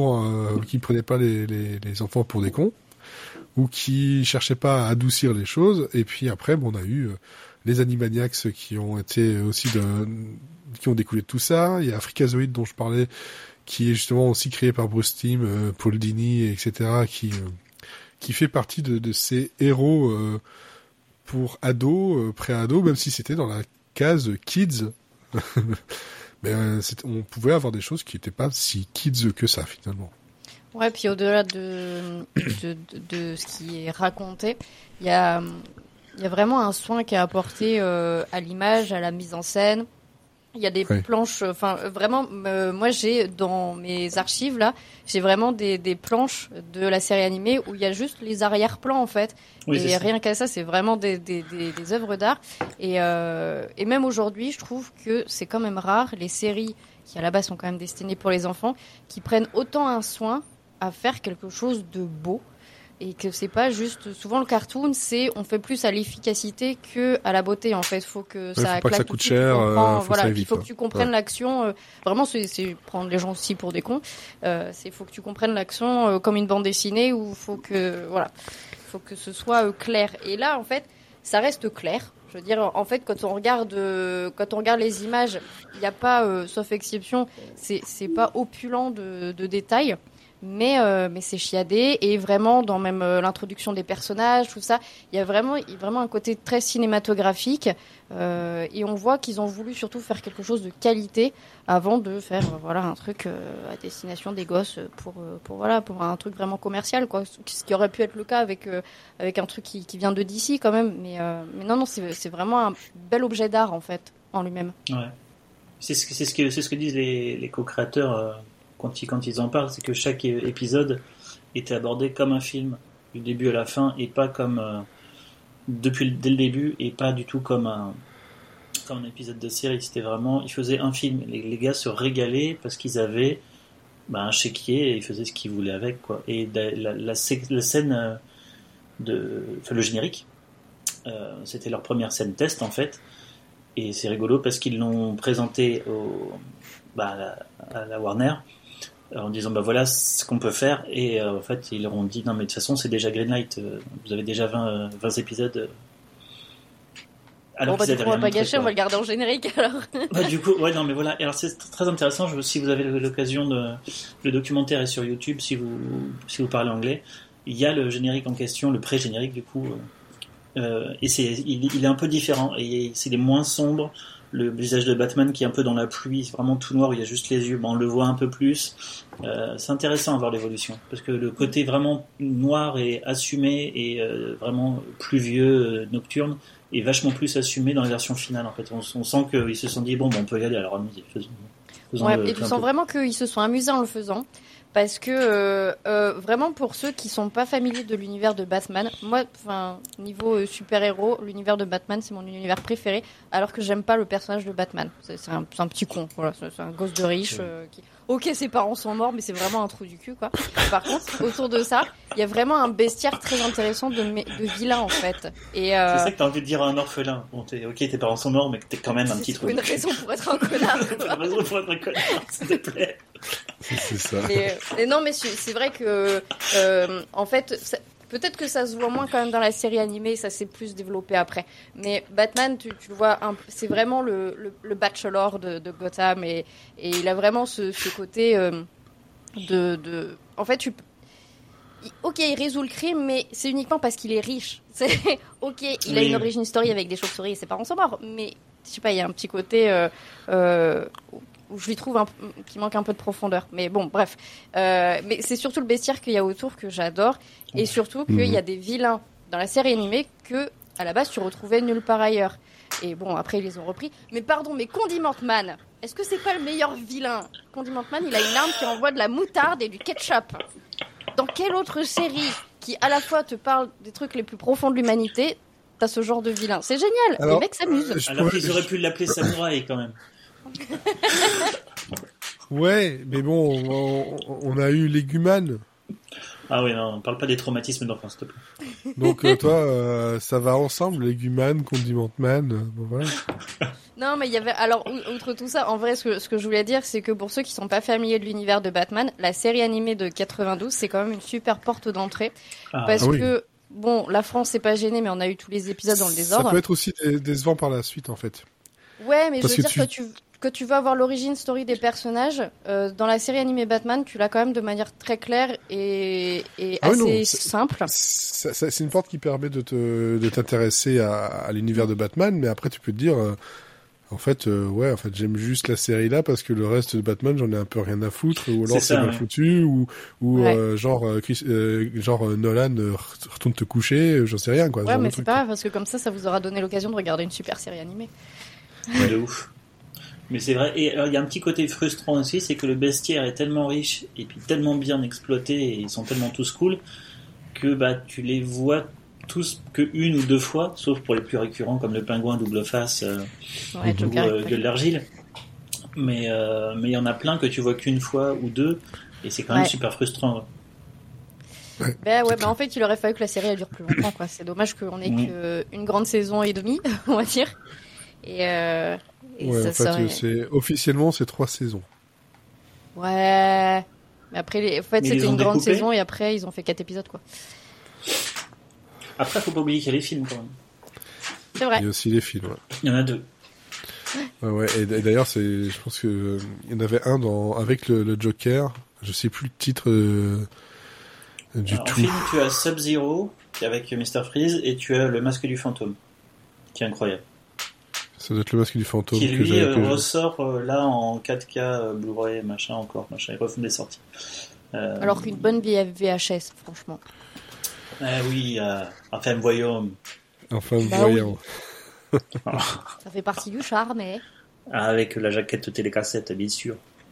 [SPEAKER 1] qui prenait pas les enfants pour des cons, ou qui cherchait pas à adoucir les choses. Et puis après, on a eu les Animaniacs qui ont été aussi qui ont découlé de tout ça. Il y a Freakazoid dont je parlais, qui est justement aussi créé par Bruce Timm, Paul Dini, etc., qui fait partie de ces héros pour ados, pré-ados, même si c'était dans la case kids. Mais on pouvait avoir des choses qui n'étaient pas si kids que ça, finalement.
[SPEAKER 3] Ouais, puis au-delà de ce qui est raconté, il y a vraiment un soin qui est apporté à l'image, à la mise en scène. Il y a des planches, vraiment, moi j'ai dans mes archives là, j'ai vraiment des planches de la série animée où il y a juste les arrière-plans, en fait. Oui, et rien qu'à ça, c'est vraiment des œuvres d'art. Et même aujourd'hui, je trouve que c'est quand même rare, les séries qui à la base sont quand même destinées pour les enfants, qui prennent autant un soin à faire quelque chose de beau. Et que c'est pas juste, souvent le cartoon, on fait plus à l'efficacité que à la beauté, en fait. Faut que ça
[SPEAKER 1] faut pas que ça coûte cher,
[SPEAKER 3] il faut que tu comprennes l'action, vraiment c'est prendre les gens aussi pour des cons. Faut que tu comprennes l'action comme une bande dessinée, où faut que ce soit clair. Et là, en fait, ça reste clair. Je veux dire, en fait, quand on regarde les images, il y a pas, sauf exception, c'est pas opulent de détails. Mais c'est chiadé, et vraiment dans même l'introduction des personnages, tout ça, il y a vraiment un côté très cinématographique, et on voit qu'ils ont voulu surtout faire quelque chose de qualité avant de faire un truc à destination des gosses pour un truc vraiment commercial, quoi, ce qui aurait pu être le cas avec un truc qui vient de DC quand même, mais non, c'est vraiment un bel objet d'art, en fait, en lui-même.
[SPEAKER 2] Ouais. C'est ce que disent les co-créateurs quand ils en parlent, c'est que chaque épisode était abordé comme un film du début à la fin, et pas comme dès le début, et pas du tout comme un épisode de série. C'était vraiment, ils faisaient un film. Les gars se régalaient parce qu'ils avaient un chéquier et il faisait ce qu'il voulait avec, quoi. Et la scène le générique, c'était leur première scène test en fait. Et c'est rigolo parce qu'ils l'ont présenté à la Warner en disant voilà ce qu'on peut faire, et en fait ils leur ont dit non mais de toute façon c'est déjà Greenlight, vous avez déjà 20 épisodes.
[SPEAKER 3] Alors du coup on va pas gâcher, on va le garder en générique alors.
[SPEAKER 2] Du coup ouais non mais voilà, et alors c'est très intéressant, si vous avez l'occasion le documentaire est sur YouTube si vous parlez anglais, il y a le générique en question, le pré-générique du coup, et il est un peu différent, et il est moins sombre. Le visage de Batman qui est un peu dans la pluie, c'est vraiment tout noir, il y a juste les yeux, on le voit un peu plus. C'est intéressant à voir l'évolution, parce que le côté vraiment noir et assumé et vraiment pluvieux, nocturne, est vachement plus assumé dans la version finale en fait. On sent qu'ils se sont dit on peut y aller, alors allons-y, faisons
[SPEAKER 3] et tu sens vraiment qu'ils se sont amusés en le faisant. Parce que vraiment pour ceux qui sont pas familiers de l'univers de Batman, moi, niveau super-héros, l'univers de Batman c'est mon univers préféré, alors que j'aime pas le personnage de Batman. C'est un petit con, voilà, c'est un gosse de riche qui... Ok, ses parents sont morts, mais c'est vraiment un trou du cul, quoi. Par contre, autour de ça, il y a vraiment un bestiaire très intéressant de vilains, en fait. Et
[SPEAKER 2] c'est ça que t'as envie de dire à un orphelin. Ok, tes parents sont morts, mais t'es quand même un petit trou.
[SPEAKER 3] C'est une raison pour être un connard.
[SPEAKER 2] Une raison pour être un connard, s'il te plaît.
[SPEAKER 1] C'est ça.
[SPEAKER 3] Mais non, mais c'est vrai que, en fait, peut-être que ça se voit moins quand même dans la série animée, ça s'est plus développé après. Mais Batman, tu le vois, c'est vraiment le bachelor de Gotham, et il a vraiment ce côté en fait, ok, il résout le crime, mais c'est uniquement parce qu'il est riche. Ok, il a une origin story avec des chauves-souris et ses parents sont morts, mais je sais pas, il y a un petit côté où je lui trouve qui manque un peu de profondeur. Mais bon, bref. Mais c'est surtout le bestiaire qu'il y a autour que j'adore. Et surtout qu'il y a des vilains dans la série animée que, à la base, tu retrouvais nulle part ailleurs. Et bon, après, ils les ont repris. Mais pardon, mais Condiment Man, est-ce que c'est pas le meilleur vilain ? Condiment Man, il a une arme qui envoie de la moutarde et du ketchup. Dans quelle autre série qui, à la fois, te parle des trucs les plus profonds de l'humanité, t'as ce genre de vilain ? C'est génial. Les mecs s'amusent.
[SPEAKER 2] Alors qu'ils auraient pu l'appeler Samouraï, quand même.
[SPEAKER 1] Ouais, mais bon, on a eu Léguman.
[SPEAKER 2] Ah oui, non, on parle pas des traumatismes d'enfance, s'il te plaît.
[SPEAKER 1] Donc toi, ça va ensemble, Léguman, Condiment Man, voilà.
[SPEAKER 3] Non, mais il y avait... Alors, outre tout ça, en vrai, ce que je voulais dire, c'est que pour ceux qui sont pas familiers de l'univers de Batman, la série animée de 92, c'est quand même une super porte d'entrée. Parce que, bon, la France s'est pas gênée, mais on a eu tous les épisodes dans le désordre.
[SPEAKER 1] Ça peut être aussi décevant par la suite, en fait.
[SPEAKER 3] Ouais, mais je veux dire que tu veux avoir l'origine story des personnages, dans la série animée Batman, tu l'as quand même de manière très claire et assez simple.
[SPEAKER 1] C'est une porte qui permet de t'intéresser à l'univers de Batman, mais après tu peux te dire, en fait, j'aime juste la série là parce que le reste de Batman, j'en ai un peu rien à foutre, ou alors c'est mal foutu, ou genre Nolan, retourne te coucher, j'en sais rien, quoi.
[SPEAKER 3] Ouais, mais c'est pas grave, parce que comme ça vous aura donné l'occasion de regarder une super série animée.
[SPEAKER 2] Ouais, de ouf. Mais c'est vrai, et il y a un petit côté frustrant aussi, c'est que le bestiaire est tellement riche et puis tellement bien exploité, et ils sont tellement tous cool que tu les vois tous que une ou deux fois, sauf pour les plus récurrents comme le pingouin double face ou Gueule d'argile. Mais il y en a plein que tu vois qu'une fois ou deux, et c'est quand même super frustrant.
[SPEAKER 3] En fait il aurait fallu que la série elle dure plus longtemps, quoi. C'est dommage qu'on ait qu'une grande saison et demie, on va dire.
[SPEAKER 1] Officiellement, c'est 3 saisons.
[SPEAKER 3] Ouais. Mais après, c'était une grande saison et après, ils ont fait 4 épisodes, quoi.
[SPEAKER 2] Après, faut pas oublier qu'il y a les films, quand même.
[SPEAKER 3] C'est vrai.
[SPEAKER 1] Il y a aussi les films,
[SPEAKER 2] Il y en a 2.
[SPEAKER 1] Et d'ailleurs, je pense que il y en avait un avec le Joker. Je sais plus le titre du tout.
[SPEAKER 2] En film, tu as Sub-Zero, avec Mr. Freeze, et tu as Le Masque du Fantôme, qui est incroyable.
[SPEAKER 1] Ça doit être Le Masque du Fantôme.
[SPEAKER 2] Qui lui ressort là en 4K, Blu-ray, machin, ils refont des sorties.
[SPEAKER 3] Alors qu'une bonne VHS, franchement.
[SPEAKER 2] Oui, enfin voyons.
[SPEAKER 1] Enfin voyons.
[SPEAKER 3] Oui. Ça fait partie du charme, mais...
[SPEAKER 2] Avec la jaquette télécassette, bien sûr.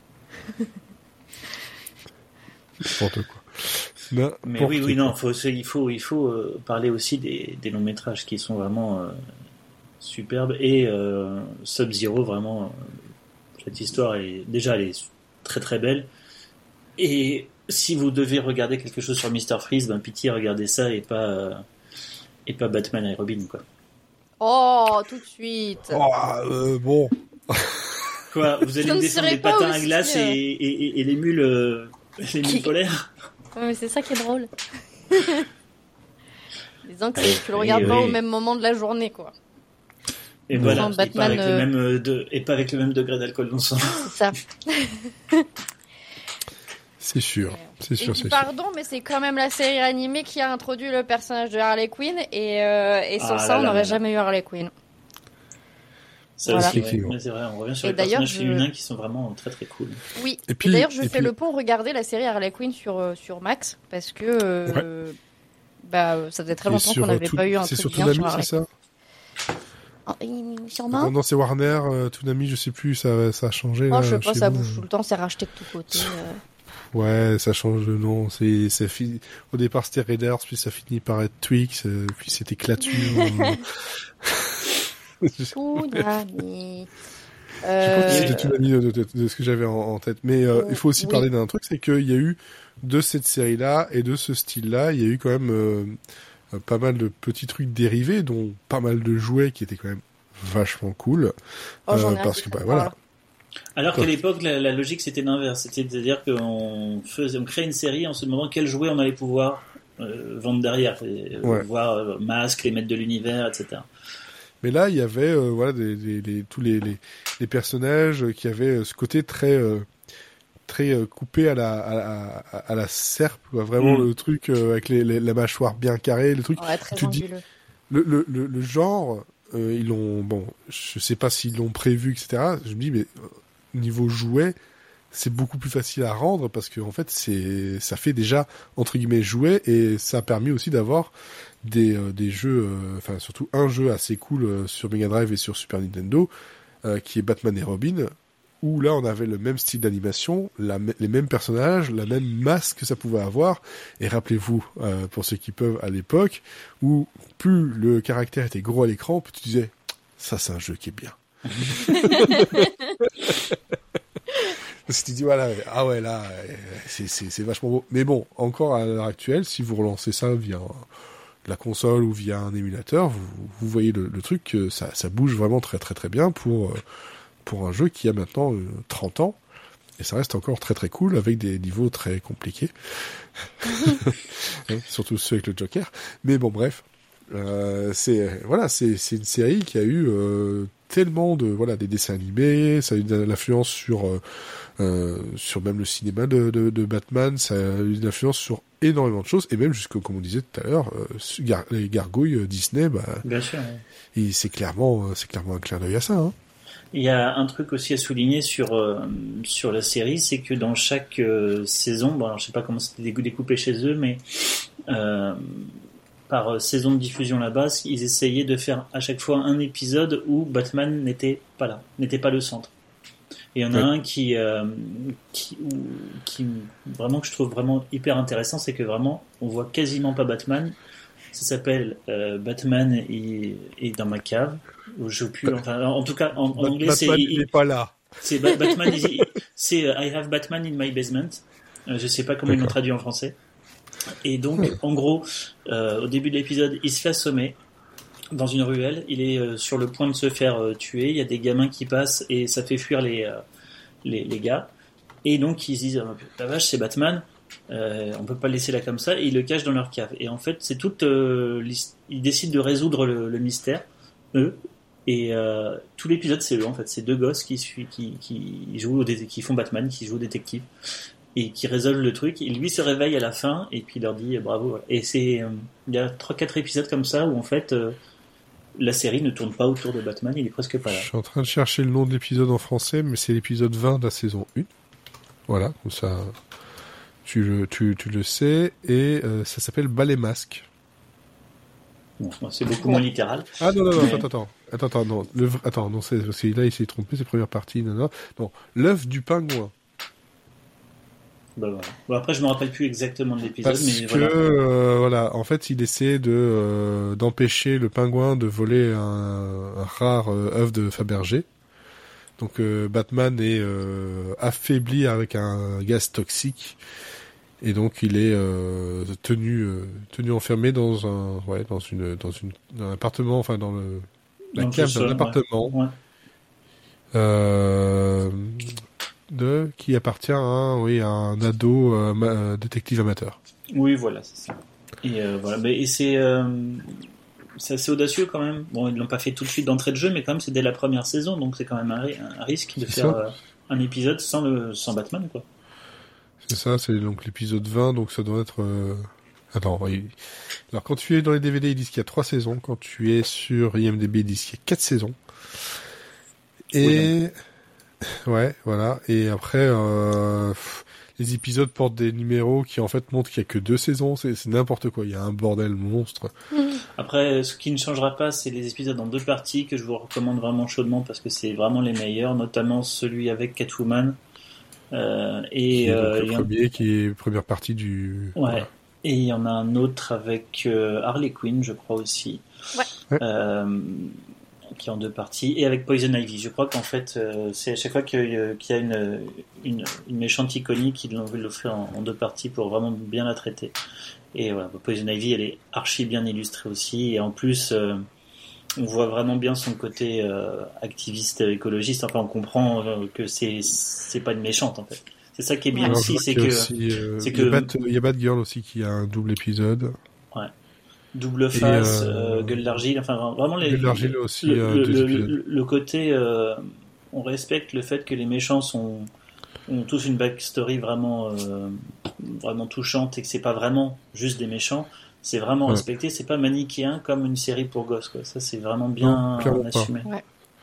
[SPEAKER 1] N'importe quoi.
[SPEAKER 2] Mais oui, non, il faut parler aussi des longs métrages qui sont vraiment superbes, et Sub-Zero, vraiment, cette histoire elle est très très belle, Et si vous devez regarder quelque chose sur Mr. Freeze, pitié, regardez ça et pas Batman et Robin, quoi.
[SPEAKER 3] Oh, tout de suite.
[SPEAKER 1] Oh, bon.
[SPEAKER 2] Quoi, vous allez me défendre les patins à glace
[SPEAKER 3] aussi,
[SPEAKER 2] et les mules polaires?
[SPEAKER 3] Ouais, mais c'est ça qui est drôle. Disons que tu le regardes pas au même moment de la journée, quoi.
[SPEAKER 2] Et voilà,
[SPEAKER 3] Batman,
[SPEAKER 2] et pas avec le même degré d'alcool dans le sang.
[SPEAKER 3] C'est ça.
[SPEAKER 1] C'est sûr, c'est sûr.
[SPEAKER 3] Pardon, mais c'est quand même la série animée qui a introduit le personnage de Harley Quinn, et sans ça, on n'aurait jamais eu Harley Quinn.
[SPEAKER 2] Ça
[SPEAKER 3] voilà.
[SPEAKER 2] aussi, ouais. C'est vrai, on revient sur les personnages féminins qui sont vraiment très très cool.
[SPEAKER 3] Oui, et d'ailleurs, je fais le pont regarder la série Harley Quinn sur Max, parce que ça faisait très longtemps qu'on n'avait pas eu un truc bien sur Harley.
[SPEAKER 1] C'est ça
[SPEAKER 3] Sûrement.
[SPEAKER 1] Non, c'est Warner, Toonami, je sais plus, ça a changé.
[SPEAKER 3] Moi,
[SPEAKER 1] là,
[SPEAKER 3] je sais pas, ça bouge tout le temps, c'est racheté de tous côtés.
[SPEAKER 1] Ouais, ça change de nom. Au départ, c'était Raiders, puis ça finit par être Twix, puis c'était Clature.
[SPEAKER 3] Toonami.
[SPEAKER 1] Je pense que c'était Toonami de ce que j'avais en tête. Mais il faut aussi parler d'un truc, c'est qu'il y a eu de cette série-là et de ce style-là, il y a eu quand même pas mal de petits trucs dérivés, dont pas mal de jouets qui étaient quand même vachement cool. Parce que voilà.
[SPEAKER 2] Alors qu'à l'époque, la logique c'était l'inverse, c'est-à-dire qu'on créait une série en se demandant quels jouets on allait pouvoir vendre derrière, voir masques, les maîtres de l'univers, etc.
[SPEAKER 1] Mais là, il y avait tous les personnages qui avaient ce côté très coupé à la serpe, quoi. Vraiment le truc avec la mâchoire bien carrée, le truc.
[SPEAKER 3] Ouais, très
[SPEAKER 1] tu dis le genre, ils l'ont, bon, je sais pas s'ils l'ont prévu, etc. Je me dis, mais niveau jouet, c'est beaucoup plus facile à rendre parce que en fait, ça fait déjà entre guillemets jouet, et ça a permis aussi d'avoir des jeux, enfin surtout un jeu assez cool sur Mega Drive et sur Super Nintendo, qui est Batman et Robin, où là on avait le même style d'animation, les mêmes personnages, la même masse que ça pouvait avoir. Et rappelez-vous, pour ceux qui peuvent, à l'époque, où plus le caractère était gros à l'écran, plus tu disais, ça c'est un jeu qui est bien. Parce que tu dis, voilà, ah ouais, là, c'est vachement beau. Mais bon, encore à l'heure actuelle, si vous relancez ça via la console ou via un émulateur, vous voyez le truc, ça bouge vraiment très très très bien pour un jeu qui a maintenant 30 ans, et ça reste encore très très cool avec des niveaux très compliqués. Surtout ceux avec le Joker. Mais bon, bref, c'est une série qui a eu tellement des dessins animés, ça a eu de l'influence sur même le cinéma de Batman, ça a eu une influence sur énormément de choses, et même jusqu'au, comme on disait tout à l'heure, les gargouilles Disney,
[SPEAKER 2] bien sûr, ouais.
[SPEAKER 1] c'est clairement un clin d'œil à ça, hein.
[SPEAKER 2] Il y a un truc aussi à souligner sur la série, c'est que dans chaque saison, bon alors je sais pas comment c'était découpé chez eux, mais par saison de diffusion là-bas, ils essayaient de faire à chaque fois un épisode où Batman n'était pas là, n'était pas le centre. Et il y en a un qui vraiment que je trouve vraiment hyper intéressant, c'est que vraiment on voit quasiment pas Batman. Ça s'appelle Batman est dans ma cave. Où je plus, enfin, en tout cas en anglais c'est
[SPEAKER 1] il n'est pas là.
[SPEAKER 2] C'est Batman. C'est I have Batman in my basement. Je sais pas comment ils l'ont traduit en français. Et donc en gros, au début de l'épisode, il se fait assommer dans une ruelle. Il est sur le point de se faire tuer. Il y a des gamins qui passent et ça fait fuir les gars. Et donc ils se disent la vache, c'est Batman. On peut pas le laisser là comme ça, et ils le cachent dans leur cave. Et en fait, c'est toute ils décident de résoudre le mystère, eux. Et tout l'épisode, c'est eux en fait, c'est deux gosses qui jouent qui font Batman, qui jouent au détective et qui résolvent le truc. Et lui se réveille à la fin et puis il leur dit bravo. Voilà. Et c'est il y a 3-4 épisodes comme ça où en fait la série ne tourne pas autour de Batman, il est presque pas là.
[SPEAKER 1] Je suis en train de chercher le nom de l'épisode en français, mais c'est l'épisode 20 de la saison 1. Voilà, comme ça tu le sais, et ça s'appelle Bas les masques.
[SPEAKER 2] Bon, c'est beaucoup moins littéral.
[SPEAKER 1] Ah non, attends, non, non, c'est parce que là il s'est trompé, c'est première partie, non, l'œuf du pingouin.
[SPEAKER 2] Bah voilà. Bon, après je me rappelle plus exactement de l'épisode,
[SPEAKER 1] parce
[SPEAKER 2] mais
[SPEAKER 1] que voilà, en fait il essaie d'empêcher le pingouin de voler un rare œuf de Fabergé. Donc Batman est affaibli avec un gaz toxique et donc il est tenu enfermé dans un appartement, enfin dans la cave d'un appartement qui appartient à un ado détective amateur.
[SPEAKER 2] Oui, voilà, c'est ça. Et voilà, et c'est assez audacieux quand même. Bon, ils l'ont pas fait tout de suite d'entrée de jeu, mais quand même c'est dès la première saison, donc c'est quand même un risque de faire un épisode sans Batman, quoi.
[SPEAKER 1] C'est ça, c'est donc l'épisode 20, donc ça doit être... Attends, oui. Alors quand tu es dans les DVD, ils disent qu'il y a 3 saisons. Quand tu es sur IMDb, ils disent qu'il y a 4 saisons. Et... Ouais, voilà. Et après, les épisodes portent des numéros qui en fait montrent qu'il y a que 2 saisons. C'est n'importe quoi. Il y a un bordel monstre.
[SPEAKER 2] Après, ce qui ne changera pas, c'est les épisodes en 2 parties que je vous recommande vraiment chaudement parce que c'est vraiment les meilleurs, notamment celui avec Catwoman.
[SPEAKER 1] Et le premier qui est première partie du...
[SPEAKER 2] Ouais. Voilà. Et il y en a un autre avec Harley Quinn, je crois aussi.
[SPEAKER 3] Ouais.
[SPEAKER 2] Qui est en 2 parties, et avec Poison Ivy. Je crois qu'en fait, c'est à chaque fois qu'il y a une méchante iconique, ils l'ont voulu le faire en 2 parties pour vraiment bien la traiter. Et voilà, Poison Ivy, elle est archi bien illustrée aussi, et en plus, on voit vraiment bien son côté activiste, écologiste. Enfin, on comprend que c'est pas une méchante, en fait. C'est ça qui est bien aussi, c'est que...
[SPEAKER 1] Il y a Batgirl aussi qui a un double épisode.
[SPEAKER 2] Ouais. Double face, gueule d'argile, enfin vraiment
[SPEAKER 1] gueule d'argile aussi,
[SPEAKER 2] le côté on respecte le fait que les méchants ont tous une backstory vraiment touchante et que c'est pas vraiment juste des méchants, c'est vraiment respecté, c'est pas manichéen comme une série pour gosses, quoi. Ça c'est vraiment bien assumé.
[SPEAKER 3] Ouais.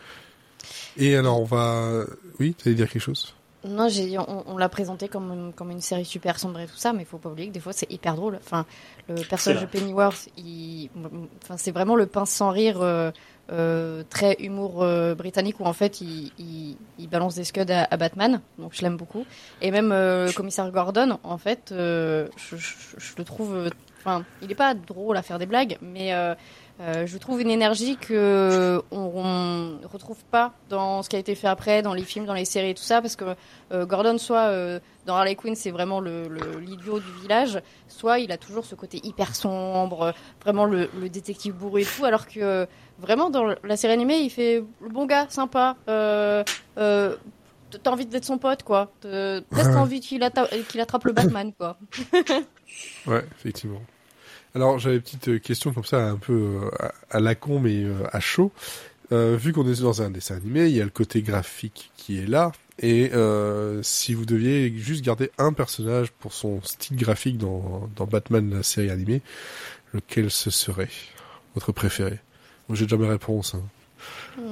[SPEAKER 1] Et alors on va... Oui, tu allais dire quelque chose?
[SPEAKER 3] Non, on l'a présenté comme une série super sombre et tout ça, mais il faut pas oublier que des fois c'est hyper drôle. Enfin, le personnage de Pennyworth, c'est vraiment le pince sans rire, très humour britannique où en fait il balance des scuds à Batman, donc je l'aime beaucoup. Et même le commissaire Gordon, en fait, je le trouve, il est pas drôle à faire des blagues, mais je trouve une énergie que on retrouve pas dans ce qui a été fait après, dans les films, dans les séries et tout ça, parce que Gordon, soit dans Harley Quinn, c'est vraiment l'idiot du village, soit il a toujours ce côté hyper sombre, vraiment le détective bourré et tout, alors que vraiment dans la série animée, il fait le bon gars, sympa. T'as envie d'être son pote, quoi. Presque envie qu'il attrape le Batman, quoi.
[SPEAKER 1] Ouais, effectivement. Alors, j'avais une petite question comme ça, un peu à la con, mais à chaud. Vu qu'on est dans un dessin animé, il y a le côté graphique qui est là. Et si vous deviez juste garder un personnage pour son style graphique dans Batman, la série animée, lequel ce serait votre préféré? Moi, j'ai déjà mes réponses. Hein.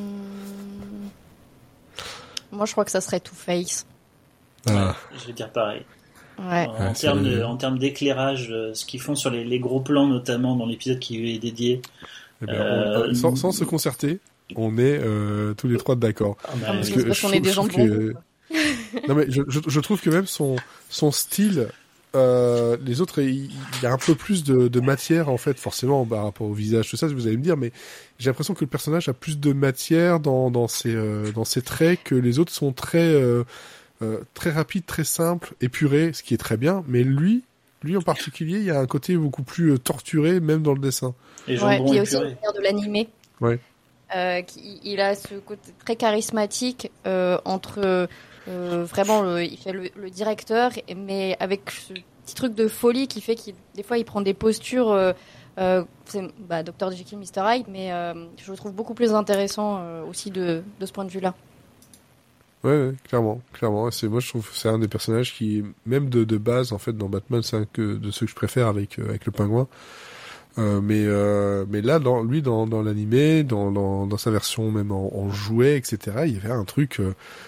[SPEAKER 3] Moi, je crois que ça serait Two-Face.
[SPEAKER 2] Ouais, je vais dire pareil.
[SPEAKER 3] Ouais.
[SPEAKER 2] En termes d'éclairage, ce qu'ils font sur les gros plans, notamment dans l'épisode qui lui est dédié.
[SPEAKER 1] Eh bien, sans se concerter, on est tous les trois d'accord.
[SPEAKER 3] Parce qu'on est des gens de bon goût.
[SPEAKER 1] Non mais je trouve que même son style, les autres, il y a un peu plus de matière en fait, forcément par rapport au visage, tout ça, vous allez me dire, mais j'ai l'impression que le personnage a plus de matière dans ses traits, que les autres sont très rapide, très simple, épuré, ce qui est très bien, mais lui en particulier, il y a un côté beaucoup plus torturé, même dans le dessin.
[SPEAKER 3] Et puis il y a aussi le manière de l'animer.
[SPEAKER 1] Ouais.
[SPEAKER 3] Il a ce côté très charismatique entre vraiment il fait le directeur, mais avec ce petit truc de folie qui fait qu'il des fois il prend des postures. C'est Dr. Jekyll, Mr. Hyde, mais je le trouve beaucoup plus intéressant aussi de ce point de vue-là.
[SPEAKER 1] Ouais, clairement. Moi, je trouve que c'est un des personnages qui, même de base, en fait, dans Batman, c'est un de ceux que je préfère avec le pingouin. Mais là, dans l'animé, dans sa version même en jouet, etc., il y avait un truc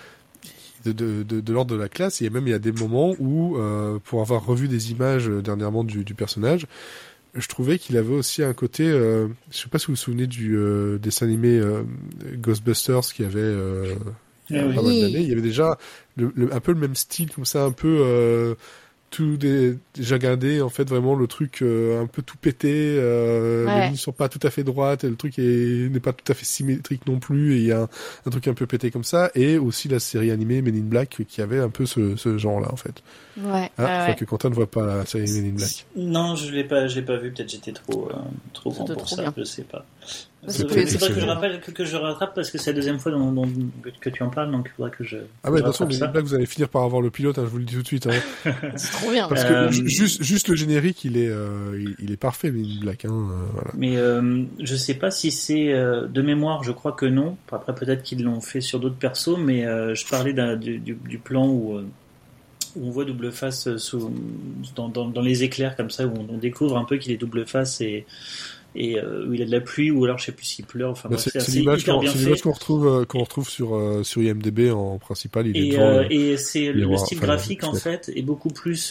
[SPEAKER 1] de l'ordre de la classe. Il y a des moments où, pour avoir revu des images dernièrement du personnage, je trouvais qu'il avait aussi un côté, je sais pas si vous vous souvenez du dessin animé Ghostbusters qui avait pas mal d'années. Il y avait déjà un peu le même style, comme ça, un peu j'ai regardé en fait vraiment le truc un peu tout pété, les lignes sont pas tout à fait droites, et le truc n'est pas tout à fait symétrique non plus, et il y a un truc un peu pété comme ça, et aussi la série animée Men in Black qui avait un peu ce genre-là en fait.
[SPEAKER 3] Ouais.
[SPEAKER 1] Je crois que Quentin ne voit pas la série Men in Black.
[SPEAKER 2] Non, je l'ai pas vu. Peut-être j'étais trop grand pour ça.
[SPEAKER 3] Bien.
[SPEAKER 2] Je sais pas.
[SPEAKER 3] C'est
[SPEAKER 2] vrai que je rattrape parce que c'est la deuxième fois que tu en parles, donc il faudra que je.
[SPEAKER 1] Ah ouais, attention, Men in Black, vous allez finir par avoir le pilote, je vous le dis tout de suite.
[SPEAKER 3] C'est trop bien.
[SPEAKER 1] Parce que juste le générique, il est parfait, Men in Black. Voilà.
[SPEAKER 2] Mais je sais pas si c'est de mémoire. Je crois que non. Après, peut-être qu'ils l'ont fait sur d'autres persos, mais je parlais du plan où on voit Double Face dans les éclairs comme ça, où on découvre un peu qu'il est double face et où il a de la pluie, ou alors je sais plus s'il pleure. Enfin,
[SPEAKER 1] c'est l'image qu'on retrouve sur IMDb en principal.
[SPEAKER 2] Et c'est le style graphique en fait est beaucoup plus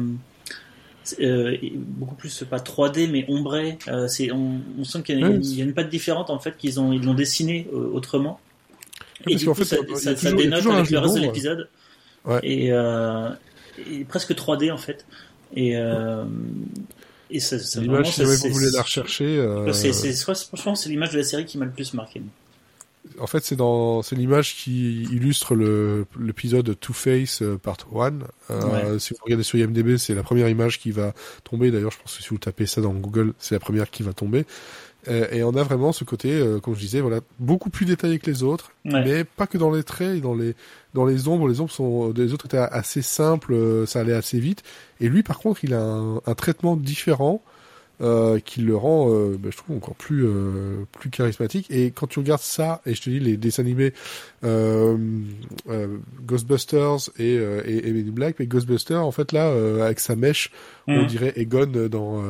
[SPEAKER 2] pas 3D mais ombré. On sent qu'il y a une patte différente en fait ils l'ont dessiné autrement. Et du coup, ça dénote avec le reste de l'épisode.
[SPEAKER 1] Ouais.
[SPEAKER 2] Et presque 3D en fait. Et ça
[SPEAKER 1] l'image, si jamais vous voulez la rechercher.
[SPEAKER 2] Franchement, c'est l'image de la série qui m'a le plus marqué.
[SPEAKER 1] En fait, c'est l'image qui illustre l'épisode Two-Face Part 1. Si vous regardez sur IMDb, c'est la première image qui va tomber. D'ailleurs, je pense que si vous tapez ça dans Google, c'est la première qui va tomber. Et on a vraiment ce côté, comme je disais, voilà, beaucoup plus détaillé que les autres, mais pas que dans les traits et dans les ombres. Les ombres des autres étaient assez simples, ça allait assez vite. Et lui, par contre, il a un traitement différent qui le rend, je trouve, encore plus charismatique. Et quand tu regardes ça, et je te dis les dessins animés Ghostbusters et Men in Black, mais Ghostbusters, en fait là, avec sa mèche, on dirait Egon dans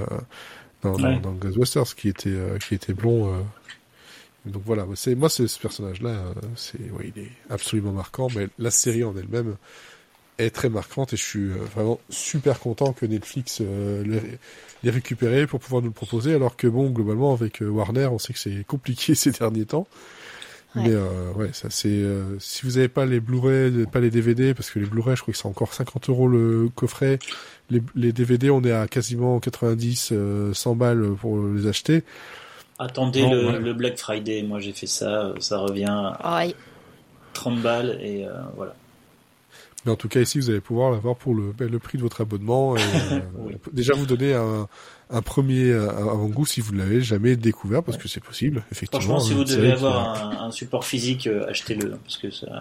[SPEAKER 1] Ghostbusters qui était blond. Donc voilà, moi c'est ce personnage-là, il est absolument marquant, mais la série en elle-même est très marquante et je suis vraiment super content que Netflix l'ait récupéré pour pouvoir nous le proposer, alors que bon, globalement avec Warner, on sait que c'est compliqué ces derniers temps. Mais ça c'est si vous n'avez pas les Blu-ray, pas les DVD, parce que les Blu-ray, je crois que c'est encore 50 € le coffret. Les DVD, on est à quasiment 90, 100 balles pour les acheter.
[SPEAKER 2] Attendez le Black Friday. Moi, j'ai fait ça. Ça revient à 30 balles et voilà.
[SPEAKER 1] Mais en tout cas, ici, vous allez pouvoir l'avoir pour le prix de votre abonnement. Et, déjà, vous donner un premier avant-goût si vous ne l'avez jamais découvert, parce que c'est possible, effectivement.
[SPEAKER 2] Franchement, si vous devez avoir un support physique, achetez-le, parce que ça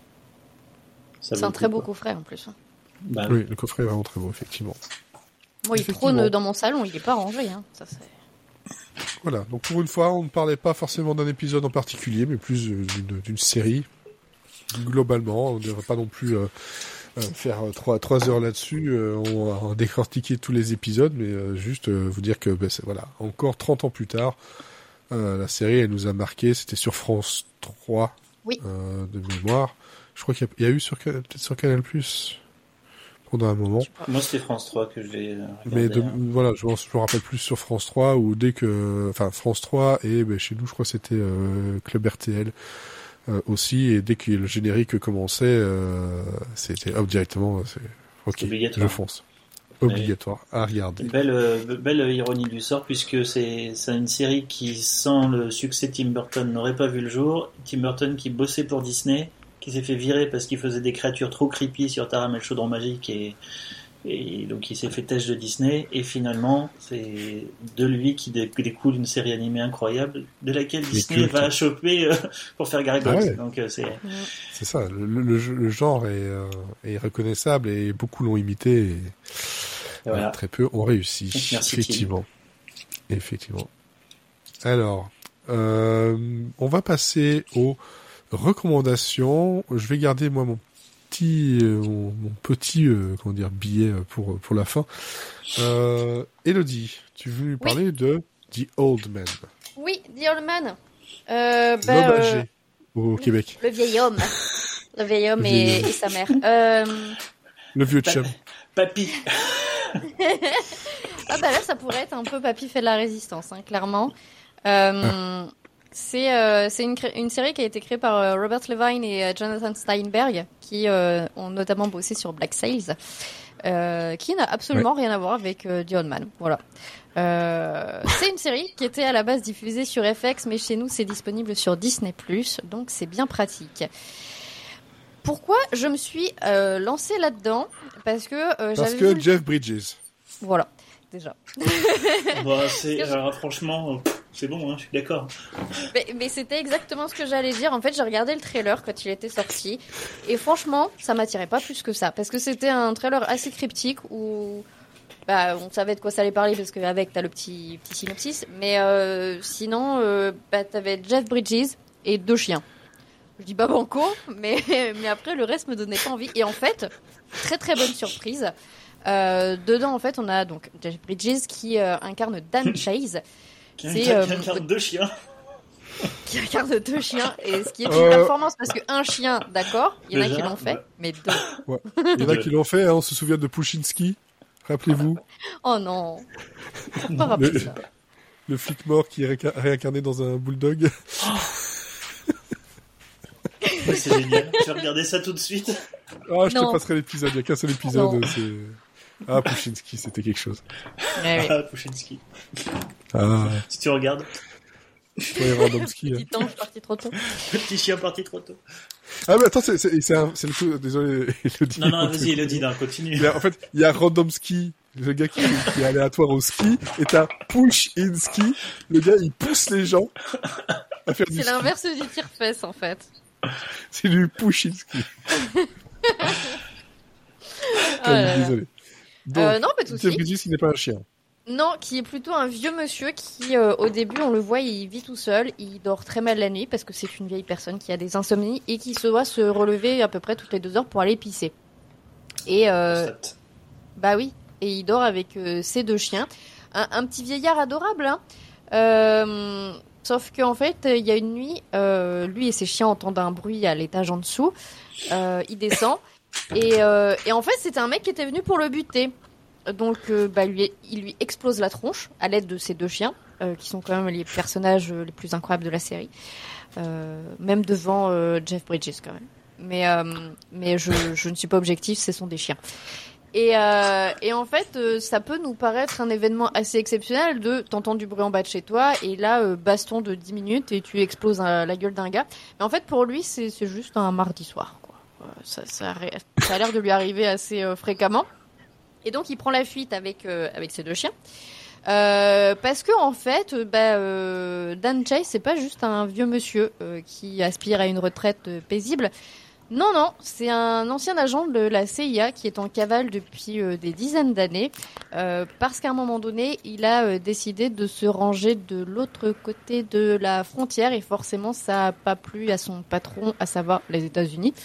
[SPEAKER 3] c'est un très beau coffret en plus.
[SPEAKER 1] Bah, oui, le coffret est vraiment très beau, effectivement.
[SPEAKER 3] Moi, il trône dans mon salon, il n'est pas rangé. Ça, c'est...
[SPEAKER 1] Voilà, donc pour une fois, on ne parlait pas forcément d'un épisode en particulier, mais plus d'une série. Globalement, on ne devrait pas non plus faire 3 heures là-dessus, on va décortiquer tous les épisodes, mais juste vous dire que voilà, encore 30 ans plus tard, la série elle nous a marqué, c'était sur France 3 de mémoire. Je crois qu'il y a eu peut-être sur Canal+, pendant un moment.
[SPEAKER 2] Moi c'était France 3 que je l'ai
[SPEAKER 1] regardé. Mais voilà, je me rappelle plus sur France 3, où France 3 et chez nous je crois que c'était Club RTL. Aussi, et dès que le générique commençait, c'était directement, je fonce. Obligatoire à regarder.
[SPEAKER 2] Belle ironie du sort, puisque c'est une série qui, sans le succès Tim Burton, n'aurait pas vu le jour. Tim Burton qui bossait pour Disney, qui s'est fait virer parce qu'il faisait des créatures trop creepy sur Taram et le chaudron magique, et donc il s'est fait têche de Disney, et finalement c'est de lui qui découle une série animée incroyable de laquelle Disney va choper pour faire Gary Gold. Donc
[SPEAKER 1] c'est ça, le genre est reconnaissable et beaucoup l'ont imité et voilà. Très peu ont réussi.
[SPEAKER 2] Merci,
[SPEAKER 1] effectivement. Alors on va passer aux recommandations. Je vais garder moi mon petit billet pour la fin. Elodie, tu veux nous parler de The Old Man?
[SPEAKER 3] Oui, The Old Man.
[SPEAKER 1] L'homme âgé au Québec.
[SPEAKER 3] Le vieil homme. Le vieil homme et sa mère.
[SPEAKER 1] Le vieux chum.
[SPEAKER 2] Papy.
[SPEAKER 3] Là, ça pourrait être un peu Papy fait de la résistance, clairement. C'est une série qui a été créée par Robert Levine et Jonathan Steinberg, qui ont notamment bossé sur Black Sails, qui n'a absolument rien à voir avec The Old Man. Voilà. C'est une série qui était à la base diffusée sur FX, mais chez nous c'est disponible sur Disney+, donc c'est bien pratique. Pourquoi je me suis lancée là-dedans ? Parce que
[SPEAKER 1] Jeff Bridges.
[SPEAKER 3] Voilà, déjà.
[SPEAKER 2] Alors, franchement, c'est bon, hein, je suis d'accord.
[SPEAKER 3] Mais c'était exactement ce que j'allais dire. En fait, j'ai regardé le trailer quand il était sorti, et franchement, ça m'attirait pas plus que ça, parce que c'était un trailer assez cryptique où on savait de quoi ça allait parler parce qu'avec t'as le petit synopsis, mais sinon, t'avais Jeff Bridges et 2 chiens. Je dis pas banco, mais après le reste me donnait pas envie. Et en fait, très très bonne surprise. Dedans, en fait, on a donc Jeff Bridges qui incarne Dan Chase.
[SPEAKER 2] Qui incarne 2 chiens.
[SPEAKER 3] Qui incarne 2 chiens, et ce qui est une performance, parce que un chien, d'accord, il y en a qui l'ont fait, mais 2.
[SPEAKER 1] Ouais. Il y en a qui l'ont fait, hein, on se souvient de Pushinsky, rappelez-vous.
[SPEAKER 3] Oh non, pas rappeler ça.
[SPEAKER 1] Le flic mort qui est réincarné dans un bulldog.
[SPEAKER 2] C'est génial, je vais regarder ça tout de suite.
[SPEAKER 1] Ah, je te passerai l'épisode, il n'y a qu'un seul épisode. Ah, Pushinsky, c'était quelque chose.
[SPEAKER 3] Ouais,
[SPEAKER 2] ah, Pushinsky.
[SPEAKER 1] Ah.
[SPEAKER 2] Si tu regardes.
[SPEAKER 1] Toi et Randomski.
[SPEAKER 3] Petit ange parti trop tôt.
[SPEAKER 2] Petit chien parti trop tôt.
[SPEAKER 1] Ah, mais attends, c'est le coup, désolé, Elodie.
[SPEAKER 2] Non, vas-y, Elodie, continue.
[SPEAKER 1] En fait, il y a Randomski, le gars qui est aléatoire au ski, et t'as Pushinsky, le gars, il pousse les gens à faire du ski.
[SPEAKER 3] C'est l'inverse du tire-fesse, en fait.
[SPEAKER 1] C'est du Pushinsky. Désolé. Donc,
[SPEAKER 3] non, pas de soucis.
[SPEAKER 1] Bridges, il n'est pas un chien.
[SPEAKER 3] Non, qui est plutôt un vieux monsieur qui, au début, on le voit, il vit tout seul, il dort très mal la nuit parce que c'est une vieille personne qui a des insomnies et qui se doit se relever à peu près toutes les 2 heures pour aller pisser. Et bah oui, et il dort avec ses 2 chiens, un petit vieillard adorable, hein. Sauf qu'en fait, il y a une nuit, lui et ses chiens entendent un bruit à l'étage en dessous. Il descend et en fait, c'était un mec qui était venu pour le buter. Donc, il lui explose la tronche à l'aide de ses 2 chiens, qui sont quand même les personnages les plus incroyables de la série, même devant Jeff Bridges quand même. Mais je ne suis pas objective, ce sont des chiens. Et en fait, ça peut nous paraître un événement assez exceptionnel de t'entends du bruit en bas de chez toi et là, baston de 10 minutes et tu exploses la gueule d'un gars. Mais en fait, pour lui, c'est juste un mardi soir, quoi. Ça a l'air de lui arriver assez fréquemment. Et donc, il prend la fuite avec ses 2 chiens. Parce que, en fait, Dan Chase, c'est pas juste un vieux monsieur qui aspire à une retraite paisible. Non, c'est un ancien agent de la CIA qui est en cavale depuis des dizaines d'années. Parce qu'à un moment donné, il a décidé de se ranger de l'autre côté de la frontière. Et forcément, ça n'a pas plu à son patron, à savoir les États-Unis.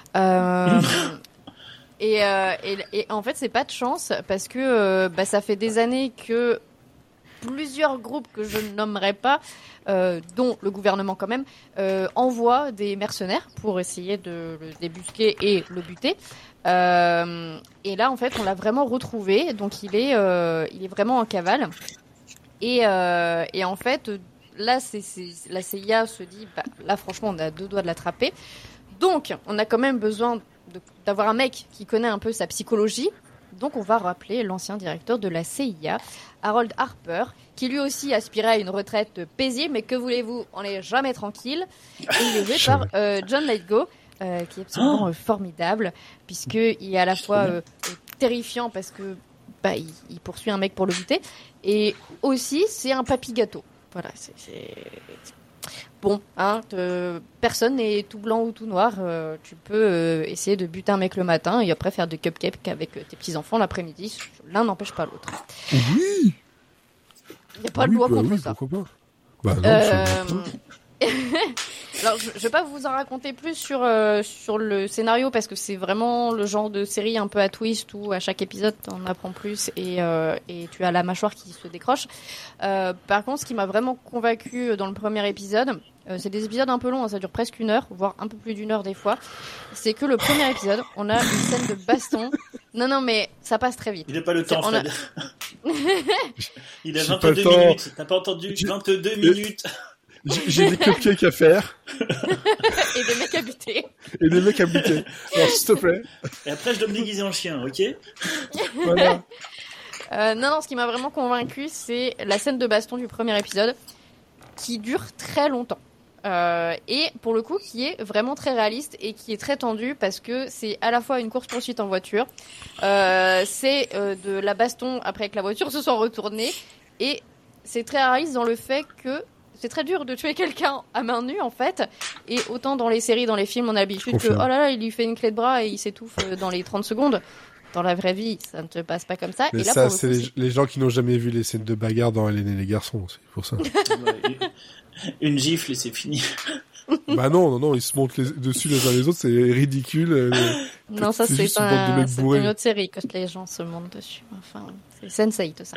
[SPEAKER 3] Et en fait, c'est pas de chance parce que ça fait des années que plusieurs groupes que je ne nommerai pas, dont le gouvernement quand même, envoient des mercenaires pour essayer de le débusquer et le buter. Et là, en fait, on l'a vraiment retrouvé. Donc, il est vraiment en cavale. Et en fait, là, la CIA se dit, là, franchement, on a 2 doigts de l'attraper. Donc, on a quand même besoin d'avoir un mec qui connaît un peu sa psychologie. Donc, on va rappeler l'ancien directeur de la CIA, Harold Harper, qui lui aussi aspirait à une retraite paisible, mais que voulez-vous, on n'est jamais tranquille. Et il est joué par John Lithgow, qui est absolument formidable, puisqu'il est à la fois terrifiant parce que il poursuit un mec pour le buter, et aussi c'est un papy gâteau. Voilà, c'est... Bon, hein, personne n'est tout blanc ou tout noir. Tu peux essayer de buter un mec le matin et après faire des cupcakes avec tes petits-enfants l'après-midi. L'un n'empêche pas l'autre.
[SPEAKER 1] Oui.
[SPEAKER 3] Il n'y a pas de loi contre ça.
[SPEAKER 1] Pourquoi pas non,
[SPEAKER 3] Alors, je vais pas vous en raconter plus sur le scénario parce que c'est vraiment le genre de série un peu à twist où à chaque épisode t'en apprends plus et tu as la mâchoire qui se décroche. Par contre, ce qui m'a vraiment convaincu dans le premier épisode, c'est des épisodes un peu longs, hein, ça dure presque 1 heure, voire un peu plus d'1 heure des fois. C'est que le premier épisode, on a une scène de baston. Non, mais ça passe très vite.
[SPEAKER 2] Il n'a pas le temps, Fred. Il a 22 minutes. T'as pas entendu 22 minutes.
[SPEAKER 1] J'ai des cupcakes à faire.
[SPEAKER 3] Et des mecs à buter.
[SPEAKER 1] Et des mecs à buter. Alors, s'il te plaît.
[SPEAKER 2] Et après, je dois me déguiser en chien, ok?
[SPEAKER 1] Voilà.
[SPEAKER 3] Non, ce qui m'a vraiment convaincu, c'est la scène de baston du premier épisode, qui dure très longtemps. Et pour le coup, qui est vraiment très réaliste et qui est très tendu parce que c'est à la fois une course-poursuite en voiture, c'est de la baston après que la voiture se soit retournée, et c'est très réaliste dans le fait que c'est très dur de tuer quelqu'un à main nue, en fait. Et autant dans les séries, dans les films, on a l'habitude que, oh là là, il lui fait une clé de bras et il s'étouffe dans les 30 secondes. Dans la vraie vie, ça ne te passe pas comme ça.
[SPEAKER 1] Mais
[SPEAKER 3] et là,
[SPEAKER 1] ça,
[SPEAKER 3] pour le
[SPEAKER 1] c'est
[SPEAKER 3] coup,
[SPEAKER 1] les gens qui n'ont jamais vu les scènes de bagarre dans Hélène et les garçons, c'est pour ça.
[SPEAKER 2] Ouais, une gifle et c'est fini.
[SPEAKER 1] Bah non, ils se montent dessus les uns les autres, c'est ridicule.
[SPEAKER 3] Non, ça, c'est
[SPEAKER 1] juste une bande de mecs
[SPEAKER 3] c'est
[SPEAKER 1] bourrés.
[SPEAKER 3] une autre série que les gens se montent dessus. Enfin, c'est Sense8, ça.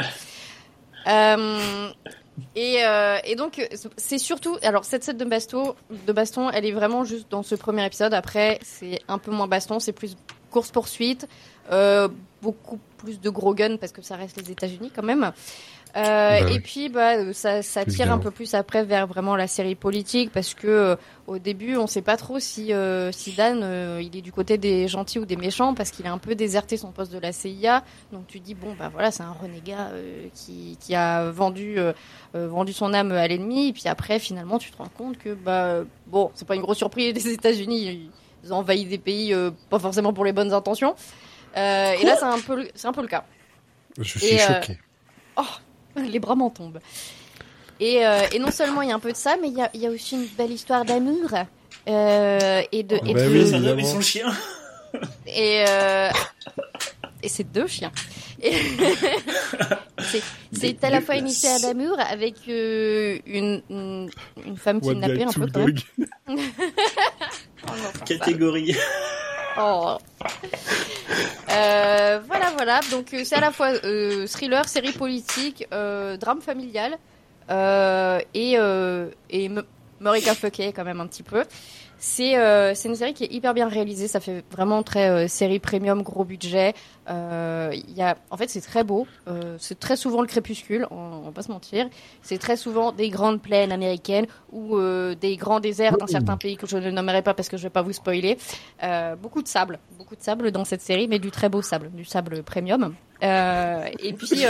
[SPEAKER 3] Et donc, c'est surtout... Alors, cette scène de baston, elle est vraiment juste dans ce premier épisode. Après, c'est un peu moins baston, c'est plus course-poursuite, beaucoup plus de gros guns, parce que ça reste les États-Unis quand même. Et puis, ça tire un peu plus après vers vraiment la série politique, parce que au début, on sait pas trop si Dan, il est du côté des gentils ou des méchants, parce qu'il a un peu déserté son poste de la CIA. Donc tu dis bon, bah voilà, c'est un renégat qui a vendu son âme à l'ennemi. Et puis après, finalement, tu te rends compte que bon, c'est pas une grosse surprise des États-Unis. Ils ont envahi des pays pas forcément pour les bonnes intentions. Et là, c'est un peu le cas.
[SPEAKER 1] Je suis choqué.
[SPEAKER 3] Les bras m'en tombent. Et non seulement il y a un peu de ça, mais il y a aussi une belle histoire d'amour.
[SPEAKER 1] Oui, évidemment.
[SPEAKER 2] Et son chien.
[SPEAKER 3] Et c'est 2 chiens. Et c'est à la fois une histoire d'amour avec une femme kidnappée un peu quand même.
[SPEAKER 2] Catégorie.
[SPEAKER 3] Oh. Voilà. Donc c'est à la fois thriller, série politique, drame familial et Morica Fucké quand même un petit peu. C'est une série qui est hyper bien réalisée. Ça fait vraiment très série premium, gros budget. En fait, c'est très beau. C'est très souvent le crépuscule, on va pas se mentir. C'est très souvent des grandes plaines américaines ou des grands déserts d'un certain pays que je ne nommerai pas parce que je vais pas vous spoiler. Beaucoup de sable dans cette série, mais du très beau sable, du sable premium. Et puis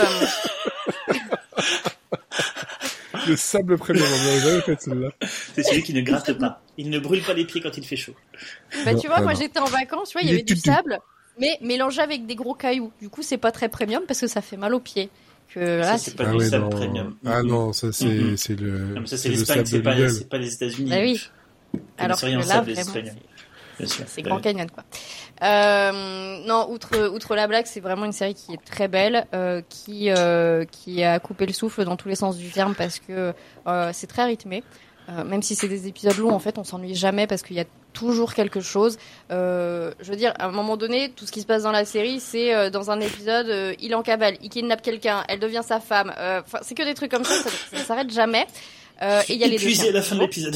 [SPEAKER 1] Le sable premium, on n'avait jamais fait celle-là.
[SPEAKER 2] C'est celui qui ne gratte pas. Il ne brûle pas les pieds quand il fait chaud.
[SPEAKER 3] Tu vois, moi j'étais en vacances, tu vois, il y avait du sable, mais mélangé avec des gros cailloux. Du coup, c'est pas très premium parce que ça fait mal aux pieds. Là,
[SPEAKER 2] c'est pas du sable premium.
[SPEAKER 1] Ah non, ça c'est le.
[SPEAKER 2] Non, mais ça c'est l'Espagne, c'est pas les États-Unis.
[SPEAKER 3] Bah oui. Alors que là, vraiment, c'est Grand Canyon, quoi. Non, outre la blague, c'est vraiment une série qui est très belle, qui a coupé le souffle dans tous les sens du terme parce que c'est très rythmé. Même si c'est des épisodes longs, en fait, on s'ennuie jamais parce qu'il y a toujours quelque chose. Je veux dire, à un moment donné, tout ce qui se passe dans la série, c'est dans un épisode, il est en cavale, il kidnappe quelqu'un, elle devient sa femme. C'est que des trucs comme ça s'arrête jamais. Et il y a les deux chiens.
[SPEAKER 2] À la fin de l'épisode.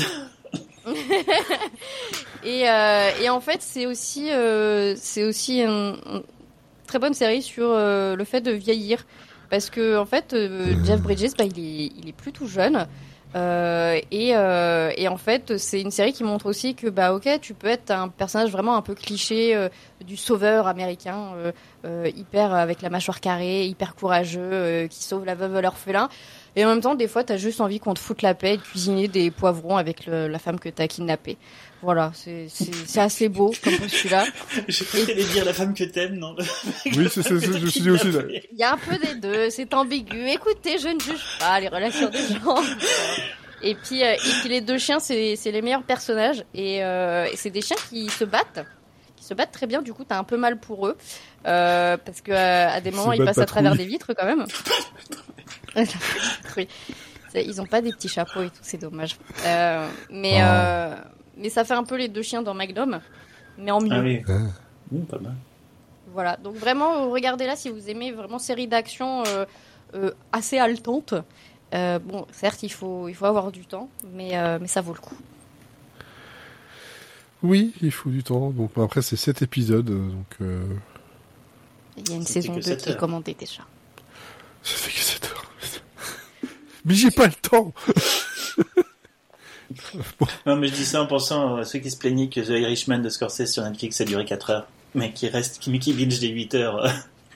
[SPEAKER 3] Et en fait, c'est aussi une très bonne série sur le fait de vieillir, parce que en fait, Jeff Bridges, il est plus tout jeune. Et en fait, c'est une série qui montre aussi que ok, tu peux être un personnage vraiment un peu cliché du sauveur américain, hyper avec la mâchoire carrée, hyper courageux, qui sauve la veuve et l'orphelin. Et en même temps, des fois, t'as juste envie qu'on te foute la paix et de cuisiner des poivrons avec la femme que t'as kidnappée. Voilà, c'est assez beau comme postulat.
[SPEAKER 2] Je crois que t'allais dire la femme que t'aimes, non?
[SPEAKER 1] Oui, c'est je me suis dit aussi. Là.
[SPEAKER 3] Il y a un peu des deux, c'est ambigu. Écoutez, je ne juge pas les relations des gens. Et puis les 2 chiens, c'est les meilleurs personnages. Et c'est des chiens qui se battent très bien. Du coup, t'as un peu mal pour eux. Parce que à des moments, ils passent à travers des vitres quand même. Oui. Ils ont pas des petits chapeaux et tout, c'est dommage. Mais ça fait un peu les 2 chiens dans Magnum, mais en mieux.
[SPEAKER 2] Ah oui. Pas mal.
[SPEAKER 3] Voilà, donc vraiment, regardez-la si vous aimez vraiment série d'action assez haletante. Bon, certes, il faut avoir du temps, mais ça vaut le coup.
[SPEAKER 1] Oui, il faut du temps. Donc après, c'est 7 épisodes. Donc,
[SPEAKER 3] il y a une saison 2 qui est commandée déjà.
[SPEAKER 1] Ça fait que 7 heures. Mais j'ai pas le temps.
[SPEAKER 2] Non, mais je dis ça en pensant à ceux qui se plaignaient que The Irishman de Scorsese sur Netflix a duré 4 heures. Mais qui binge des 8 heures.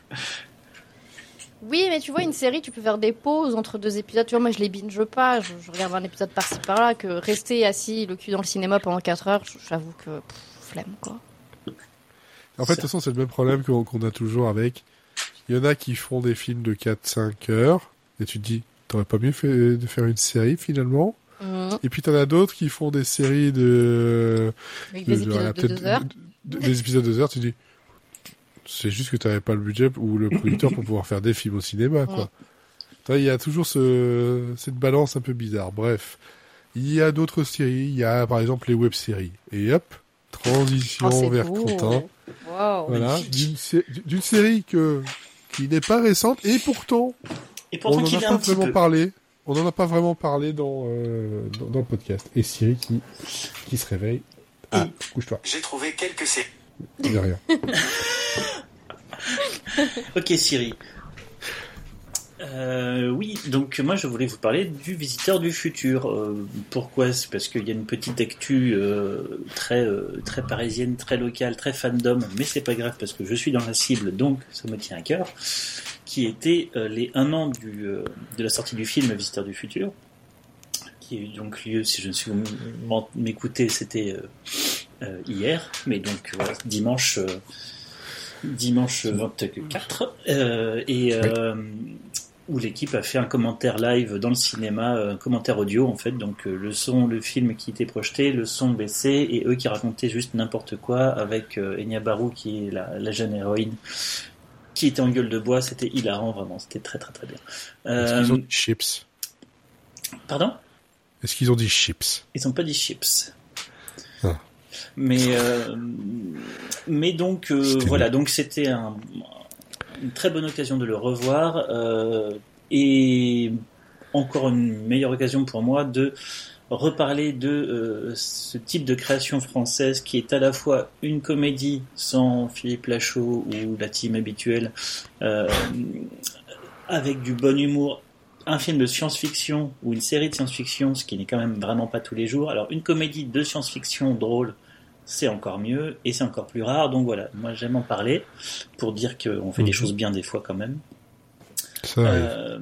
[SPEAKER 3] Oui, mais tu vois, une série, tu peux faire des pauses entre 2 épisodes. Tu vois, moi, je les binge pas. Je regarde un épisode par-ci par-là. Que rester assis, le cul dans le cinéma pendant 4 heures, j'avoue que flemme, quoi.
[SPEAKER 1] En fait, de toute façon, c'est le même problème qu'on a toujours avec. Il y en a qui font des films de 4-5 heures. Et tu te dis, t'aurais pas mieux fait de faire une série, finalement. Et puis t'en as d'autres qui font des séries
[SPEAKER 3] avec des épisodes de 2 heures.
[SPEAKER 1] Des épisodes de 2 heures, tu dis, c'est juste que t'avais pas le budget ou le producteur pour pouvoir faire des films au cinéma, quoi. Il y a toujours cette balance un peu bizarre. Bref. Il y a d'autres séries. Il y a, par exemple, les web-séries. Et hop, transition vers
[SPEAKER 3] beau.
[SPEAKER 1] Quentin.
[SPEAKER 3] Wow.
[SPEAKER 1] Voilà. D'une série qui n'est pas récente et pourtant, on n'en a pas vraiment parlé. On n'en a pas vraiment parlé dans le podcast. Et Siri qui se réveille. Ah, couche-toi.
[SPEAKER 4] J'ai trouvé quelques séries.
[SPEAKER 1] De rien.
[SPEAKER 2] Ok, Siri. Oui, donc moi je voulais vous parler du Visiteur du futur. Pourquoi ? C'est parce qu'il y a une petite actu très parisienne, très locale, très fandom, mais c'est pas grave parce que je suis dans la cible, donc ça me tient à cœur. Qui était les 1 an de la sortie du film Visiteur du futur, qui a eu donc lieu, si je ne suis m'écouter, c'était hier, mais donc voilà, dimanche 24, où l'équipe a fait un commentaire live dans le cinéma, un commentaire audio en fait, donc le film qui était projeté, le son baissé, et eux qui racontaient juste n'importe quoi avec Enya Barou qui est la jeune héroïne, qui était en gueule de bois, c'était hilarant vraiment, c'était très très très bien.
[SPEAKER 1] Est-ce qu'ils ont dit chips ?
[SPEAKER 2] Pardon ?
[SPEAKER 1] Est-ce qu'ils ont dit chips ?
[SPEAKER 2] Ils n'ont pas dit chips.
[SPEAKER 1] Ah.
[SPEAKER 2] Mais donc voilà, donc c'était une très bonne occasion de le revoir et encore une meilleure occasion pour moi de reparler de ce type de création française qui est à la fois une comédie sans Philippe Lachaud ou la team habituelle, avec du bon humour, un film de science-fiction ou une série de science-fiction, ce qui n'est quand même vraiment pas tous les jours. Alors une comédie de science-fiction drôle, c'est encore mieux et c'est encore plus rare. Donc voilà, moi j'aime en parler pour dire qu'on fait des choses bien des fois quand même.
[SPEAKER 1] Ça arrive.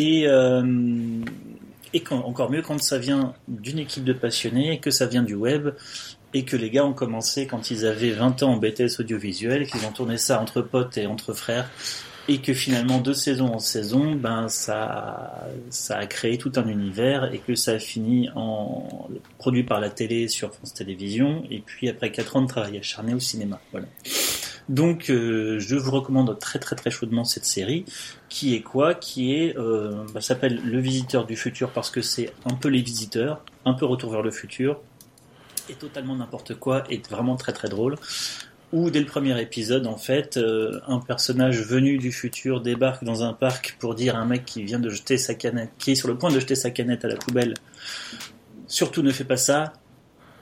[SPEAKER 2] Et encore mieux quand ça vient d'une équipe de passionnés, que ça vient du web, et que les gars ont commencé quand ils avaient 20 ans en BTS audiovisuel, qu'ils ont tourné ça entre potes et entre frères, et que finalement de saison en saison, ça a créé tout un univers, et que ça a fini en produit par la télé sur France Télévisions, et puis après 4 ans de travail acharné au cinéma. Voilà. Donc je vous recommande très très très chaudement cette série qui s'appelle Le Visiteur du futur parce que c'est un peu les visiteurs, un peu Retour vers le futur et totalement n'importe quoi et vraiment très très drôle. Où dès le premier épisode en fait un personnage venu du futur débarque dans un parc pour dire à un mec qui vient de jeter sa canette, qui est sur le point de jeter sa canette à la poubelle, surtout ne fais pas ça. Pourquoi ?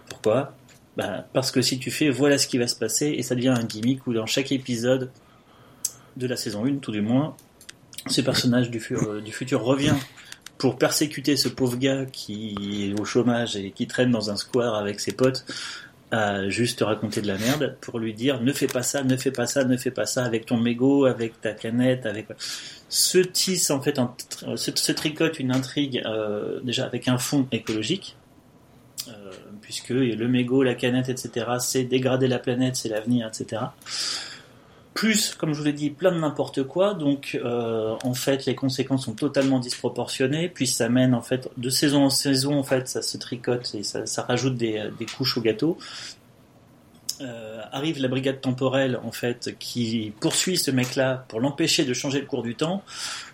[SPEAKER 2] Parce que si tu fais, voilà ce qui va se passer, et ça devient un gimmick où dans chaque épisode de la saison 1, tout du moins, ce personnage du futur revient pour persécuter ce pauvre gars qui est au chômage et qui traîne dans un square avec ses potes à juste raconter de la merde pour lui dire ne fais pas ça, ne fais pas ça, ne fais pas ça avec ton mégot, avec ta canette, avec... Se tisse en fait, se tricote une intrigue déjà avec un fond écologique, puisque le mégot, la canette, etc., c'est dégrader la planète, c'est l'avenir, etc. Plus, comme je vous l'ai dit, plein de n'importe quoi, donc en fait les conséquences sont totalement disproportionnées, puis ça mène en fait de saison en saison, en fait ça se tricote et ça rajoute des couches au gâteau. Arrive la brigade temporelle en fait qui poursuit ce mec-là pour l'empêcher de changer le cours du temps.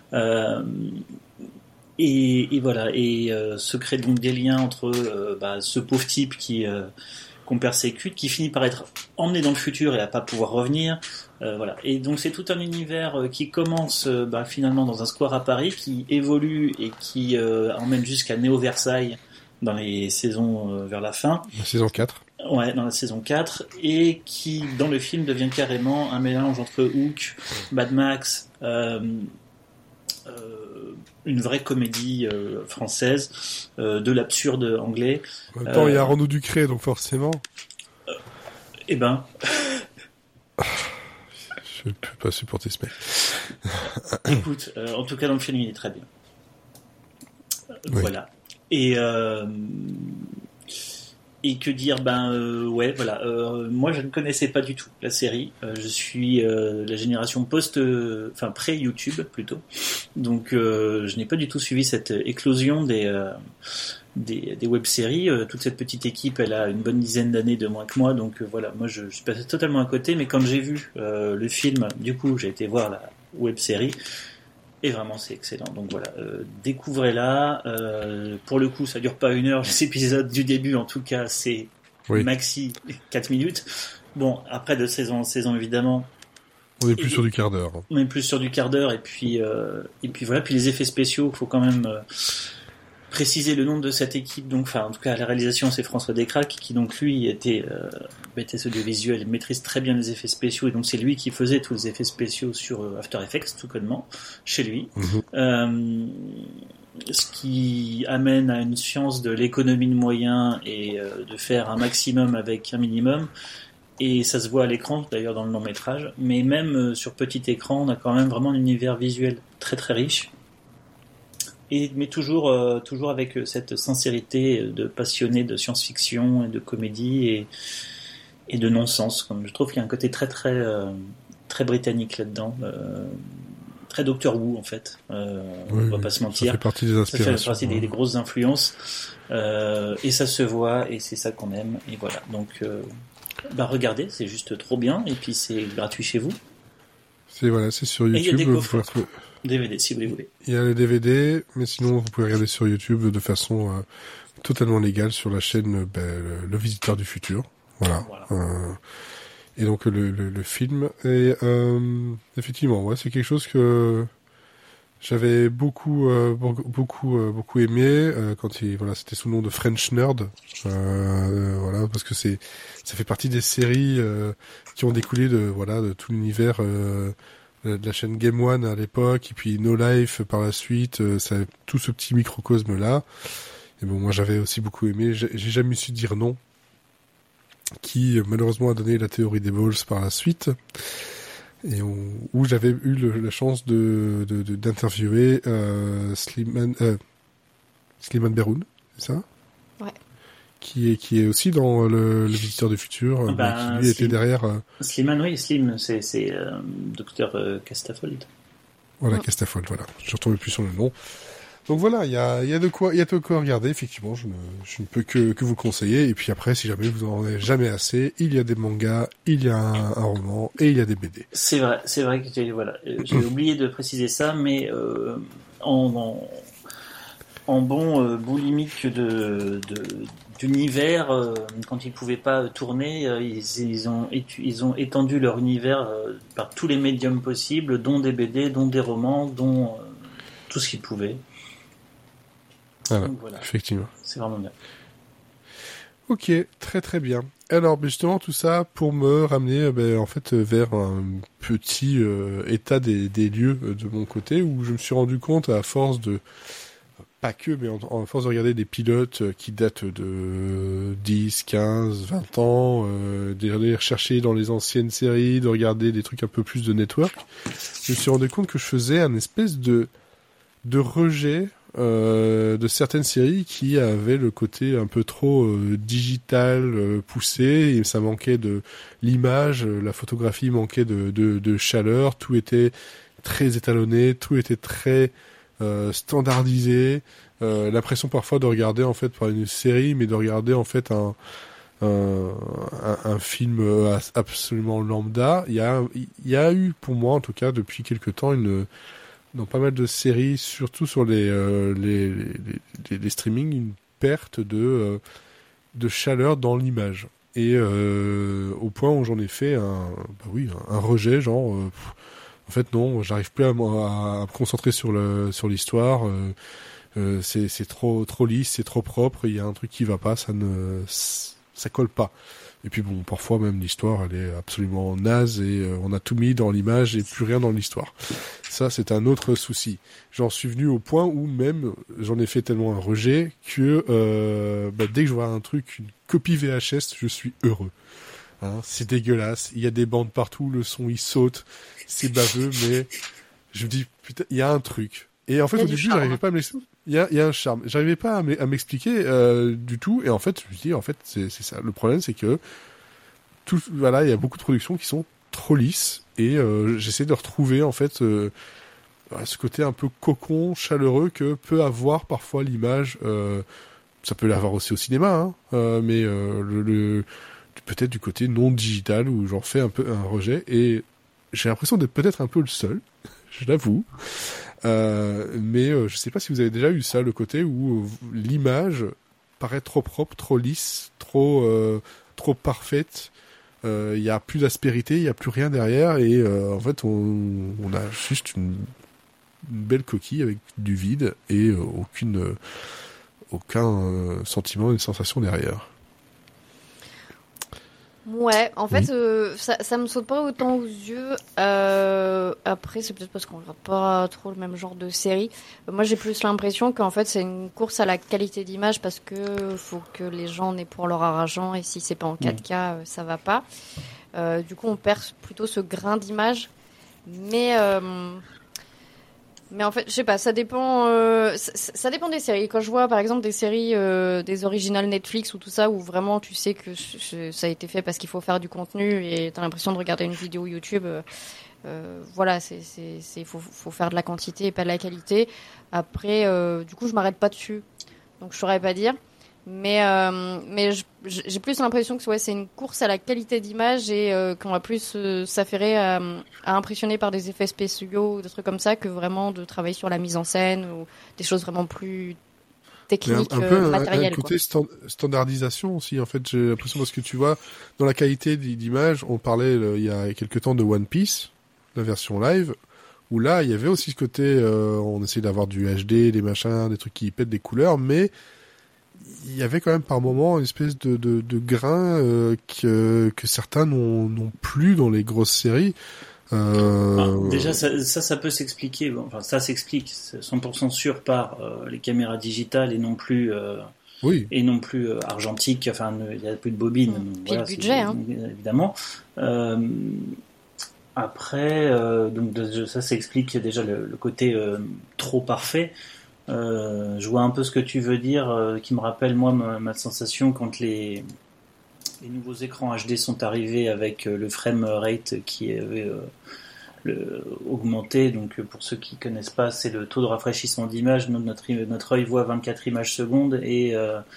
[SPEAKER 2] Et voilà, et se créent donc des liens entre ce pauvre type qu'on persécute, qui finit par être emmené dans le futur et à pas pouvoir revenir. Voilà. Et donc c'est tout un univers qui commence finalement dans un square à Paris, qui évolue et qui emmène jusqu'à Néo-Versailles dans les saisons vers la fin.
[SPEAKER 1] La saison 4.
[SPEAKER 2] Ouais, dans la saison 4, et qui dans le film devient carrément un mélange entre Hook, Mad Max, une vraie comédie française, de l'absurde anglais.
[SPEAKER 1] En même temps, il y a Arnaud Ducré, donc forcément.
[SPEAKER 2] Eh ben...
[SPEAKER 1] Je ne peux pas supporter ce mec.
[SPEAKER 2] Écoute, en tout cas dans le film il est très bien.
[SPEAKER 1] Oui.
[SPEAKER 2] Voilà. Et que dire, ouais, voilà. Moi, je ne connaissais pas du tout la série. Je suis la génération pré-YouTube plutôt. Donc, je n'ai pas du tout suivi cette éclosion des web-séries. Toute cette petite équipe, elle a une bonne dizaine d'années de moins que moi. Donc, voilà, moi, je suis passé totalement à côté. Mais quand j'ai vu le film, du coup, j'ai été voir la web-série. Et vraiment, c'est excellent. Donc voilà, découvrez-la. Pour le coup, ça dure pas 1 heure. Les épisodes du début, en tout cas, c'est maxi 4 minutes. Bon, après de saison en saison, évidemment.
[SPEAKER 1] On est plus sur du quart d'heure.
[SPEAKER 2] On est plus sur du quart d'heure. Et puis voilà. Puis les effets spéciaux, faut quand même préciser le nom de cette équipe. Donc, enfin, en tout cas, à la réalisation, c'est François Descraques qui donc lui était BTS audiovisuel, maîtrise très bien les effets spéciaux et donc c'est lui qui faisait tous les effets spéciaux sur After Effects tout connement chez lui. Ce qui amène à une science de l'économie de moyens et de faire un maximum avec un minimum. Et ça se voit à l'écran, d'ailleurs dans le long métrage. Mais même sur petit écran, on a quand même vraiment un univers visuel très très riche. Mais toujours avec cette sincérité de passionné de science-fiction et de comédie et de non-sens. Comme je trouve qu'il y a un côté très très très britannique là-dedans, très Doctor Who en fait. On va pas se mentir.
[SPEAKER 1] Ça fait partie des inspirations.
[SPEAKER 2] Ça fait partie des grosses influences et ça se voit et c'est ça qu'on aime. Et voilà. Donc regardez, c'est juste trop bien et puis c'est gratuit chez vous.
[SPEAKER 1] C'est sur YouTube.
[SPEAKER 2] Et il y a des coffres. DVD si vous les voulez.
[SPEAKER 1] Il y a les DVD, mais sinon vous pouvez regarder sur YouTube de façon totalement légale sur la chaîne Le Visiteur du Futur. Voilà. Et donc le film et effectivement, ouais, c'est quelque chose que j'avais beaucoup aimé quand c'était sous le nom de French Nerd. Voilà, parce que ça fait partie des séries qui ont découlé de tout l'univers de la chaîne Game One à l'époque, et puis No Life par la suite, tout ce petit microcosme-là. Et bon, moi j'avais aussi beaucoup aimé, j'ai jamais su dire non, qui malheureusement a donné la théorie des balls par la suite, et où j'avais eu la chance d'interviewer Slimane Beroun, c'est ça ?
[SPEAKER 3] Ouais.
[SPEAKER 1] Qui est aussi dans le Visiteur du Futur, qui lui était derrière...
[SPEAKER 2] Slimane, oui, Slim, c'est Docteur Castafold.
[SPEAKER 1] Voilà, Castafold, voilà. Je ne retrouvais plus sur le nom. Donc voilà, il y a de quoi regarder, effectivement, je ne peux que vous conseiller. Et puis après, si jamais vous en avez jamais assez, il y a des mangas, il y a un roman, et il y a des BD.
[SPEAKER 2] C'est vrai que j'ai oublié de préciser ça, mais en bon boulimique d'univers, quand ils pouvaient pas tourner, ils ont étendu leur univers par tous les médiums possibles, dont des BD, dont des romans, dont tout ce qu'ils pouvaient.
[SPEAKER 1] Voilà, effectivement.
[SPEAKER 2] C'est vraiment bien.
[SPEAKER 1] Ok, très très bien. Alors, justement, tout ça pour me ramener vers un petit état des lieux de mon côté, où je me suis rendu compte, à force de... Pas que, mais en force de regarder des pilotes qui datent de 10, 15, 20 ans, d'aller rechercher dans les anciennes séries, de regarder des trucs un peu plus de network, je me suis rendu compte que je faisais un espèce de rejet de certaines séries qui avaient le côté un peu trop digital, poussé, et ça manquait de l'image, la photographie manquait de chaleur, tout était très étalonné, tout était très standardisé, l'impression parfois de regarder en fait pas une série, mais de regarder en fait un film absolument lambda. Il y a eu pour moi en tout cas depuis quelque temps dans pas mal de séries, surtout sur les streamings, une perte de chaleur dans l'image, et au point où j'en ai fait un rejet, genre en fait non, j'arrive plus à me concentrer sur l'histoire, c'est trop lisse, c'est trop propre, il y a un truc qui va pas, ça ça colle pas. Et puis bon, parfois même l'histoire, elle est absolument naze et on a tout mis dans l'image et plus rien dans l'histoire. Ça, c'est un autre souci. J'en suis venu au point où même j'en ai fait tellement un rejet que dès que je vois un truc, une copie VHS, je suis heureux. Hein, c'est dégueulasse. Il y a des bandes partout, le son il saute, c'est baveux, mais je me dis putain, il y a un truc. Et en fait, au début, j'arrivais pas à m'expliquer. Il y a un charme. J'arrivais pas à m'expliquer du tout. Et en fait, je me dis, en fait, c'est ça. Le problème, c'est que il y a beaucoup de productions qui sont trop lisses. Et j'essaie de retrouver, en fait, ce côté un peu cocon, chaleureux que peut avoir parfois l'image. Ça peut l'avoir aussi au cinéma, hein, mais peut-être du côté non digital où j'en fais un peu un rejet. Et j'ai l'impression d'être peut-être un peu le seul, je l'avoue. Mais je sais pas si vous avez déjà eu ça, le côté où l'image paraît trop propre, trop lisse, trop parfaite. Il y a plus d'aspérité, il y a plus rien derrière et en fait on a juste une belle coquille avec du vide et aucun sentiment, une sensation derrière.
[SPEAKER 3] Ouais, en fait, ça me saute pas autant aux yeux. Après, c'est peut-être parce qu'on regarde pas trop le même genre de série. Moi, j'ai plus l'impression qu'en fait, c'est une course à la qualité d'image parce que faut que les gens en aient pour leur argent et si c'est pas en 4K, ça va pas. Du coup, on perd plutôt ce grain d'image. Mais en fait, je sais pas, ça dépend des séries. Quand je vois, par exemple, des séries, des originales Netflix ou tout ça, où vraiment tu sais que ça a été fait parce qu'il faut faire du contenu et t'as l'impression de regarder une vidéo YouTube. Voilà, faut faire de la quantité et pas de la qualité. Après, du coup, je m'arrête pas dessus, donc je saurais pas dire. Mais j'ai plus l'impression que c'est une course à la qualité d'image et qu'on va plus s'affairer à impressionner par des effets spéciaux ou des trucs comme ça que vraiment de travailler sur la mise en scène ou des choses vraiment plus techniques, matérielles.
[SPEAKER 1] Un côté standardisation aussi, en fait, j'ai l'impression parce que tu vois, dans la qualité d'image, on parlait il y a quelques temps de One Piece, la version live, où là, il y avait aussi ce côté, on essayait d'avoir du HD, des machins, des trucs qui pètent des couleurs, mais il y avait quand même par moment une espèce de grain que certains n'ont plus dans les grosses séries.
[SPEAKER 2] Déjà, ça peut s'expliquer. Enfin, ça s'explique, c'est 100% sûr par les caméras digitales et non plus argentiques. Enfin, il n'y a plus de bobines.
[SPEAKER 3] Puis le budget,
[SPEAKER 2] évidemment. Après, donc ça s'explique déjà le côté trop parfait. Je vois un peu ce que tu veux dire, qui me rappelle moi ma sensation quand les nouveaux écrans HD sont arrivés avec le frame rate qui avait augmenté. Donc pour ceux qui connaissent pas, c'est le taux de rafraîchissement d'image. Notre œil voit 24 images secondes et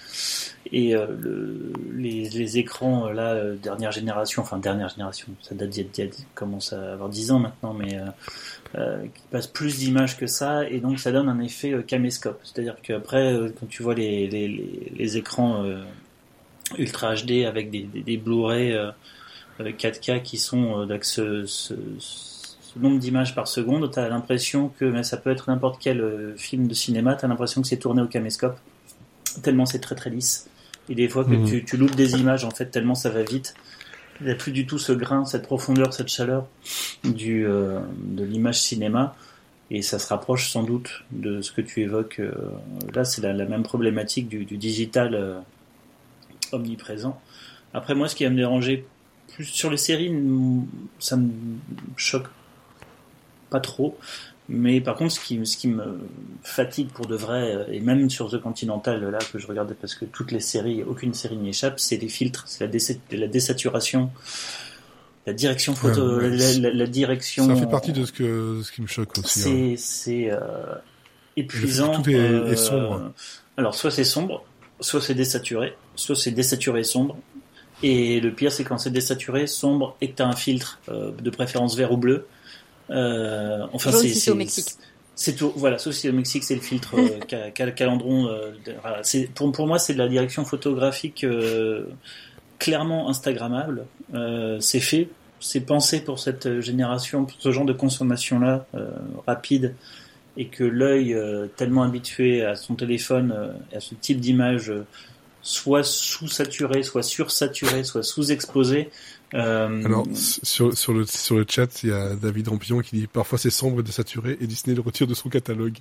[SPEAKER 2] les écrans dernière génération, ça date d'il commence à avoir 10 ans maintenant, mais qui passe plus d'images que ça et donc ça donne un effet caméscope, c'est-à-dire qu'après quand tu vois les écrans Ultra HD avec des Blu-ray avec 4K qui sont avec ce nombre d'images par seconde, t'as l'impression que ça peut être n'importe quel film de cinéma, t'as l'impression que c'est tourné au caméscope tellement c'est très très lisse et des fois que tu loupes des images en fait tellement ça va vite. Il n'y a plus du tout ce grain, cette profondeur, cette chaleur de l'image cinéma et ça se rapproche sans doute de ce que tu évoques. Là, c'est la même problématique du digital omniprésent. Après, moi, ce qui va me déranger plus sur les séries, ça me choque pas trop. Mais par contre, ce qui me fatigue pour de vrai, et même sur The Continental, là, que je regardais parce que toutes les séries, aucune série n'y échappe, c'est les filtres, c'est la désaturation, la direction photo, la direction.
[SPEAKER 1] Ça fait partie de ce qui me choque aussi.
[SPEAKER 2] C'est épuisant.
[SPEAKER 1] Tout est sombre.
[SPEAKER 2] Alors, soit c'est sombre, soit c'est désaturé, soit c'est désaturé et sombre. Et le pire, c'est quand c'est désaturé, sombre, et que t'as un filtre, de préférence vert ou bleu.
[SPEAKER 3] C'est au Mexique.
[SPEAKER 2] C'est tout. Voilà, sauf si au Mexique c'est le filtre Calandron. Pour moi, c'est de la direction photographique clairement instagrammable. C'est fait, c'est pensé pour cette génération, pour ce genre de consommation-là rapide, et que l'œil tellement habitué à son téléphone, à ce type d'image, soit sous-saturé, soit sursaturé, soit sous-exposé.
[SPEAKER 1] Alors, sur le chat, il y a David Rampillon qui dit parfois c'est sombre et désaturé et Disney le retire de son catalogue.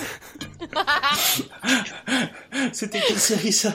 [SPEAKER 2] C'était quelle série ça?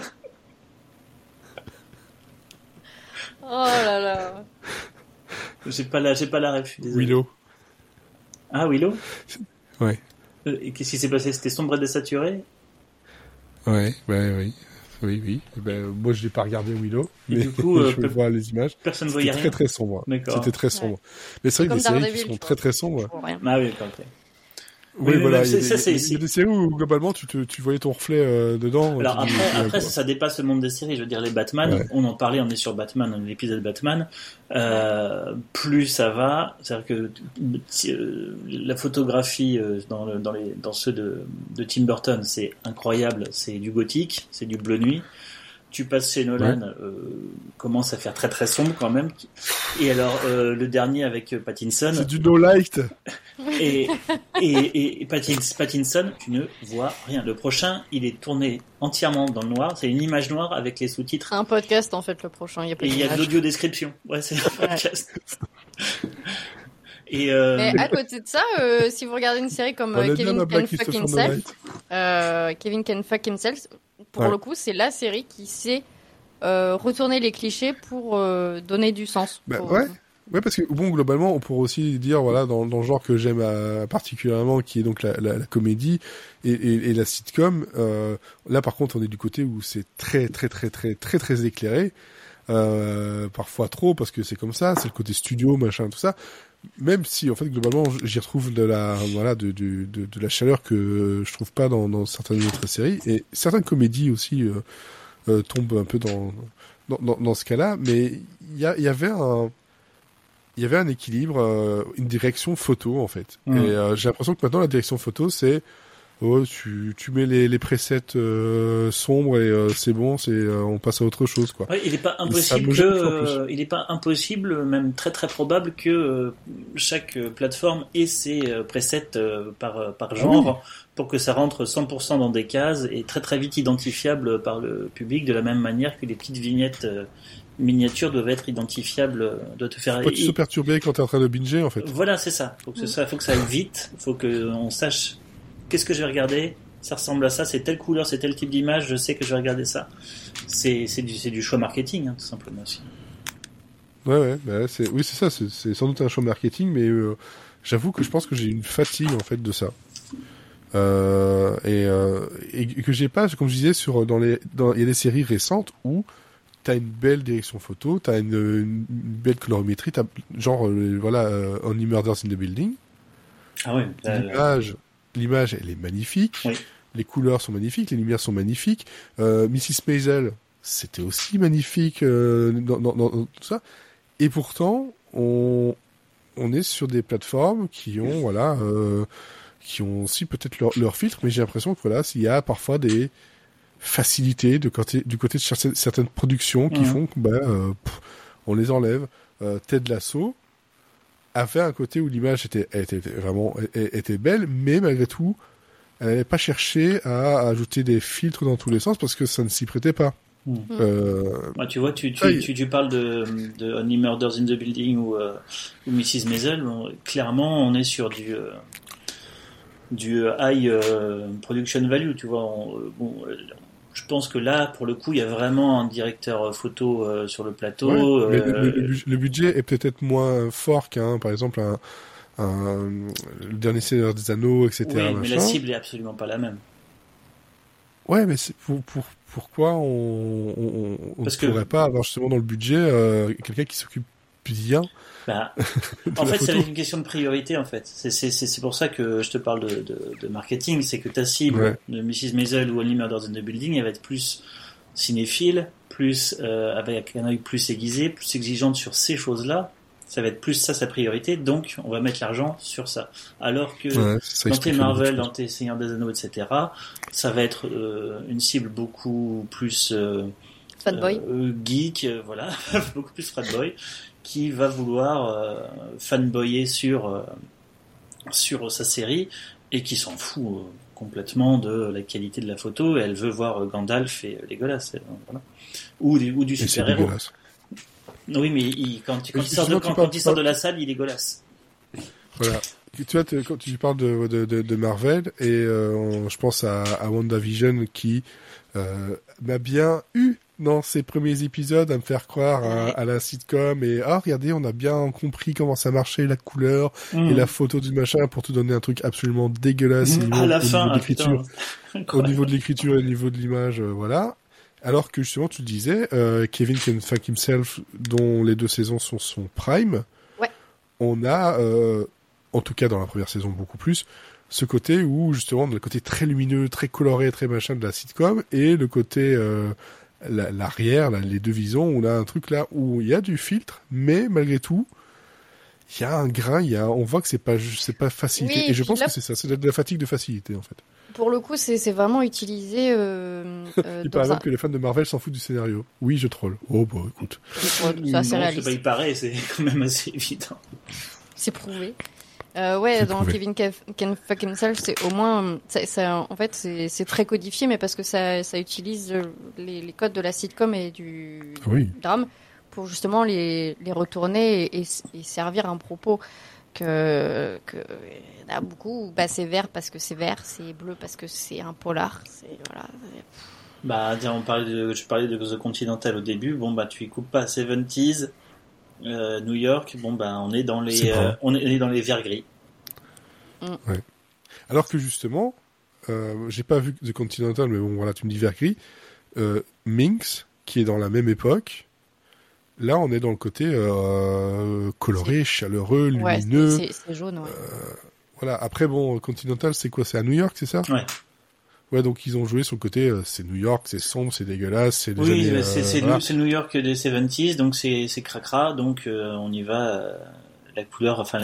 [SPEAKER 3] Oh là là.
[SPEAKER 2] J'ai pas la ref. Désolé.
[SPEAKER 1] Willow.
[SPEAKER 2] Ah, Willow?
[SPEAKER 1] Ouais.
[SPEAKER 2] Et qu'est-ce qui s'est passé? C'était sombre et désaturé?
[SPEAKER 1] Ouais, oui. Oui. Moi, je l'ai pas regardé Willow,
[SPEAKER 2] Et
[SPEAKER 1] mais
[SPEAKER 2] du coup,
[SPEAKER 1] je vois les images.
[SPEAKER 2] Personne ne voyait
[SPEAKER 1] C'était
[SPEAKER 2] rien.
[SPEAKER 1] très sombre.
[SPEAKER 2] D'accord.
[SPEAKER 1] C'était très sombre. Mais c'est vrai que des séries qui sont très sombres.
[SPEAKER 2] Ah oui, d'accord. Okay.
[SPEAKER 1] Oui, voilà. Il y a
[SPEAKER 2] c'est
[SPEAKER 1] des séries où globalement tu voyais ton reflet dedans.
[SPEAKER 2] Alors après, ça dépasse le monde des séries. Je veux dire, les Batman, on en parlait, on est sur Batman, l'épisode Batman. Plus ça va, c'est-à-dire que la photographie dans ceux de Tim Burton, c'est incroyable. C'est du gothique, c'est du bleu nuit. Tu passes chez Nolan, commence à faire très très sombre quand même. Et alors le dernier avec Pattinson,
[SPEAKER 1] c'est du no light.
[SPEAKER 2] Et Pattinson, tu ne vois rien. Le prochain, il est tourné entièrement dans le noir. C'est une image noire avec les sous-titres.
[SPEAKER 3] C'est un podcast en fait le prochain. Il y a
[SPEAKER 2] de l'audio description. Ouais, c'est un podcast.
[SPEAKER 3] Mais à côté de ça, si vous regardez une série comme Kevin Can Fuck Himself, pour le coup, c'est la série qui sait retourner les clichés pour donner du sens.
[SPEAKER 1] Ouais, parce que bon, globalement, on pourrait aussi dire, voilà, dans le genre que j'aime particulièrement, qui est donc la comédie et la sitcom. Là, par contre, on est du côté où c'est très éclairé. Parfois trop, parce que c'est comme ça, c'est le côté studio, machin, tout ça. Même si, en fait, globalement, j'y retrouve de la chaleur que je trouve pas dans certaines autres séries, et certaines comédies aussi tombent un peu dans ce cas-là. Mais il y avait un équilibre, une direction photo en fait. Et j'ai l'impression que maintenant la direction photo c'est tu mets les presets sombres et c'est bon, on passe à autre chose quoi.
[SPEAKER 2] Ouais, il n'est pas impossible, même très très probable que chaque plateforme ait ses presets par genre pour que ça rentre 100% dans des cases et très très vite identifiable par le public de la même manière que les petites vignettes miniatures doivent être identifiables, doivent te faire.
[SPEAKER 1] Faut pas te perturber quand t'es en train de binger en fait.
[SPEAKER 2] Voilà, c'est ça. Faut que ça aille vite. Faut que on sache qu'est-ce que je vais regarder. Ça ressemble à ça. C'est telle couleur, c'est tel type d'image. Je sais que je vais regarder ça. C'est du choix marketing, tout simplement aussi.
[SPEAKER 1] Ouais. C'est ça. C'est sans doute un choix marketing, mais j'avoue que je pense que j'ai une fatigue en fait de ça. Et que j'ai pas, comme je disais, il y a des séries récentes où t'as une belle direction photo, t'as une belle colorimétrie, t'as genre Only Murders in the Building.
[SPEAKER 2] Ah ouais.
[SPEAKER 1] L'image elle est magnifique. Oui. Les couleurs sont magnifiques, les lumières sont magnifiques. Mrs. Maisel, c'était aussi magnifique dans tout ça. Et pourtant, on est sur des plateformes qui ont qui ont aussi peut-être leur filtre, mais j'ai l'impression que il y a parfois des facilités du côté de certaines productions qui font que on les enlève. Ted Lasso avait un côté où l'image était belle, mais malgré tout, elle n'avait pas cherché à ajouter des filtres dans tous les sens parce que ça ne s'y prêtait pas.
[SPEAKER 2] Tu vois, tu parles de Only Murders in the Building ou Mrs. Maisel. Clairement, on est sur du high production value, tu vois. Je pense que là, pour le coup, il y a vraiment un directeur photo sur le plateau.
[SPEAKER 1] Ouais, mais le budget est peut-être moins fort qu'un, par exemple, le dernier Seigneur des Anneaux, etc.
[SPEAKER 2] Oui, mais la cible est absolument pas la même.
[SPEAKER 1] Ouais, mais c'est pourquoi on ne pourrait pas avoir justement dans le budget quelqu'un qui s'occupe bien.
[SPEAKER 2] En fait, c'est une question de priorité, en fait. C'est pour ça que je te parle de marketing, c'est que ta cible de Mrs. Maisel ou Only Murders in the Building, elle va être plus cinéphile, plus avec un œil plus aiguisé, plus exigeante sur ces choses-là. Ça va être plus ça sa priorité, donc on va mettre l'argent sur ça. Alors que dans tes Marvel, dans tes Seigneurs des Anneaux, etc., ça va être une cible beaucoup plus geek, beaucoup plus fratboy, qui va vouloir fanboyer sur sa série et qui s'en fout complètement de la qualité de la photo et elle veut voir Gandalf et Legolas, voilà. ou du super-héros. Oui, mais quand il sort de la salle, il est Legolas.
[SPEAKER 1] Voilà. Tu vois, quand tu parles de Marvel, et je pense à WandaVision qui m'a bien eu dans ses premiers épisodes à me faire croire à la sitcom, et regardez, on a bien compris comment ça marchait, la couleur et la photo du machin, pour te donner un truc absolument dégueulasse
[SPEAKER 2] à la fin,
[SPEAKER 1] au niveau de l'écriture et au niveau de l'image, voilà. Alors que justement, tu le disais, Kevin Can Fuck Himself, dont les 2 saisons sont son prime, on a, en tout cas dans la première saison beaucoup plus, ce côté où justement, le côté très lumineux, très coloré, très machin de la sitcom, et le côté l'arrière, là, les 2 visions, on a un truc là où il y a du filtre, mais malgré tout, il y a un grain, on voit que c'est pas facilité.
[SPEAKER 3] Oui,
[SPEAKER 1] et je pense que c'est ça, c'est de la fatigue de facilité en fait.
[SPEAKER 3] Pour le coup, c'est vraiment utilisé.
[SPEAKER 1] Il paraît même que les fans de Marvel s'en foutent du scénario. Oui, je troll. Oh bah écoute.
[SPEAKER 3] C'est assez réaliste.
[SPEAKER 2] Il paraît, c'est quand même assez évident.
[SPEAKER 3] C'est prouvé. Dans Kevin Can Fuck Himself, c'est au moins, en fait, c'est très codifié, mais parce que ça utilise les codes de la sitcom et du drame pour justement les retourner et servir un propos que y en a beaucoup. Bah, c'est vert parce que c'est vert, c'est bleu parce que c'est un polar. Voilà.
[SPEAKER 2] Bah, je parlais de The Continental au début. Bon, bah, tu y coupes pas 70s. New York, bon ben on est dans les verts gris.
[SPEAKER 1] Ouais. Alors que justement, j'ai pas vu The Continental, mais bon voilà, tu me dis vert gris. Minx, qui est dans la même époque, là on est dans le côté coloré, chaleureux, lumineux.
[SPEAKER 3] C'est jaune. Ouais.
[SPEAKER 1] Voilà. Après bon, Continental, c'est quoi? C'est à New York, c'est ça?
[SPEAKER 2] Ouais.
[SPEAKER 1] Ouais, donc ils ont joué sur le côté, c'est New York, c'est sombre, c'est dégueulasse, c'est des années,
[SPEAKER 2] c'est New York des 70s, donc c'est cracra, donc on y va, la couleur, enfin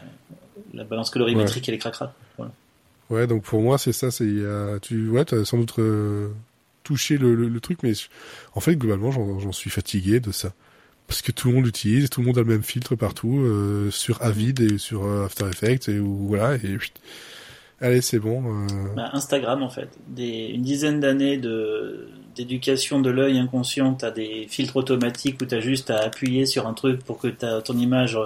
[SPEAKER 2] la balance colorimétrique, elle est cracra. Voilà.
[SPEAKER 1] Ouais, donc pour moi c'est ça, t'as sans doute touché le truc, mais en fait globalement j'en suis fatigué de ça. Parce que tout le monde l'utilise, tout le monde a le même filtre partout, sur Avid et sur After Effects, et voilà, et allez, c'est bon.
[SPEAKER 2] Instagram, en fait. Une dizaine d'années d'éducation de l'œil inconscient. T'as des filtres automatiques où t'as juste à appuyer sur un truc pour que ton image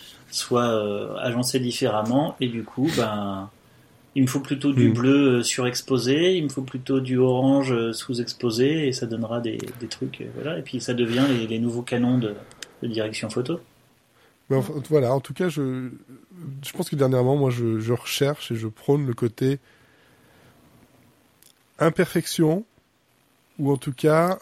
[SPEAKER 2] soit agencée différemment. Et du coup, il me faut plutôt du bleu surexposé, il me faut plutôt du orange sous-exposé, et ça donnera des trucs, voilà. Et puis ça devient les nouveaux canons de direction photo.
[SPEAKER 1] Mais voilà, en tout cas, je pense que dernièrement, moi, je recherche et je prône le côté imperfection, ou en tout cas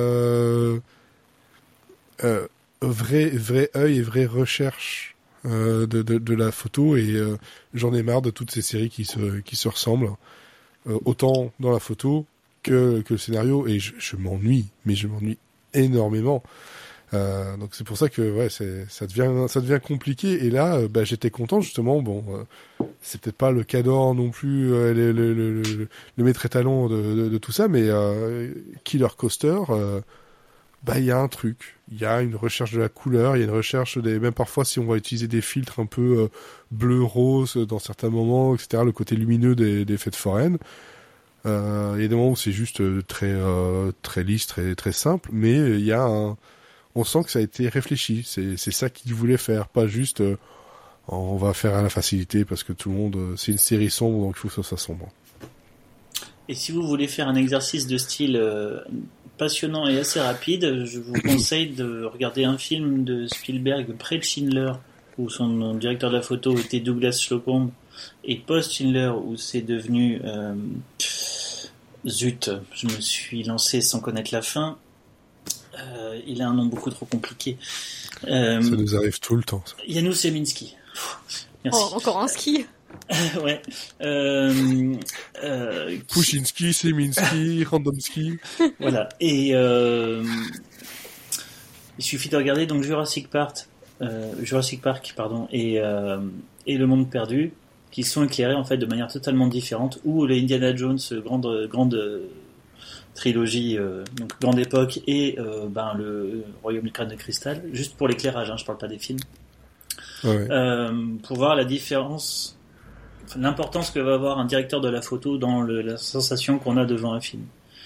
[SPEAKER 1] vrai œil et vraie recherche de la photo, et j'en ai marre de toutes ces séries qui se ressemblent, autant dans la photo que le scénario, et je m'ennuie, mais je m'ennuie énormément. Donc c'est pour ça que ça devient compliqué, et là j'étais content justement. Bon, c'est peut-être pas le cadre non plus, le maître étalon de tout ça, mais Killer Coaster, il y a un truc, il y a une recherche de la couleur, il y a une recherche même parfois si on va utiliser des filtres un peu bleu rose dans certains moments, etc. Le côté lumineux des fêtes foraines. Il y a des moments où c'est juste très lisse, très très simple, mais il y a on sent que ça a été réfléchi. C'est ça qu'ils voulaient faire, pas juste on va faire à la facilité parce que tout le monde, c'est une série sombre, donc il faut que ça soit sombre.
[SPEAKER 2] Et si vous voulez faire un exercice de style passionnant et assez rapide, je vous conseille de regarder un film de Spielberg, Pré Schindler, où son directeur de la photo était Douglas Slocombe, et Post Schindler, où c'est devenu zut, je me suis lancé sans connaître la fin. Il a un nom beaucoup trop compliqué.
[SPEAKER 1] Ça nous arrive tout le temps. Ça.
[SPEAKER 2] Janusz Seminski. Merci.
[SPEAKER 3] Oh, encore un ski.
[SPEAKER 2] Ouais.
[SPEAKER 1] Pushinski, Seminski, Randomski.
[SPEAKER 2] Voilà. Et il suffit de regarder donc Jurassic Park, et Le Monde Perdu, qui sont éclairés en fait de manière totalement différente, ou les Indiana Jones, grande trilogie, donc grande époque, et le Royaume du Crâne de Cristal, juste pour l'éclairage, je parle pas des films.
[SPEAKER 1] Ouais.
[SPEAKER 2] Pour voir la différence, l'importance que va avoir un directeur de la photo dans la sensation qu'on a devant un film.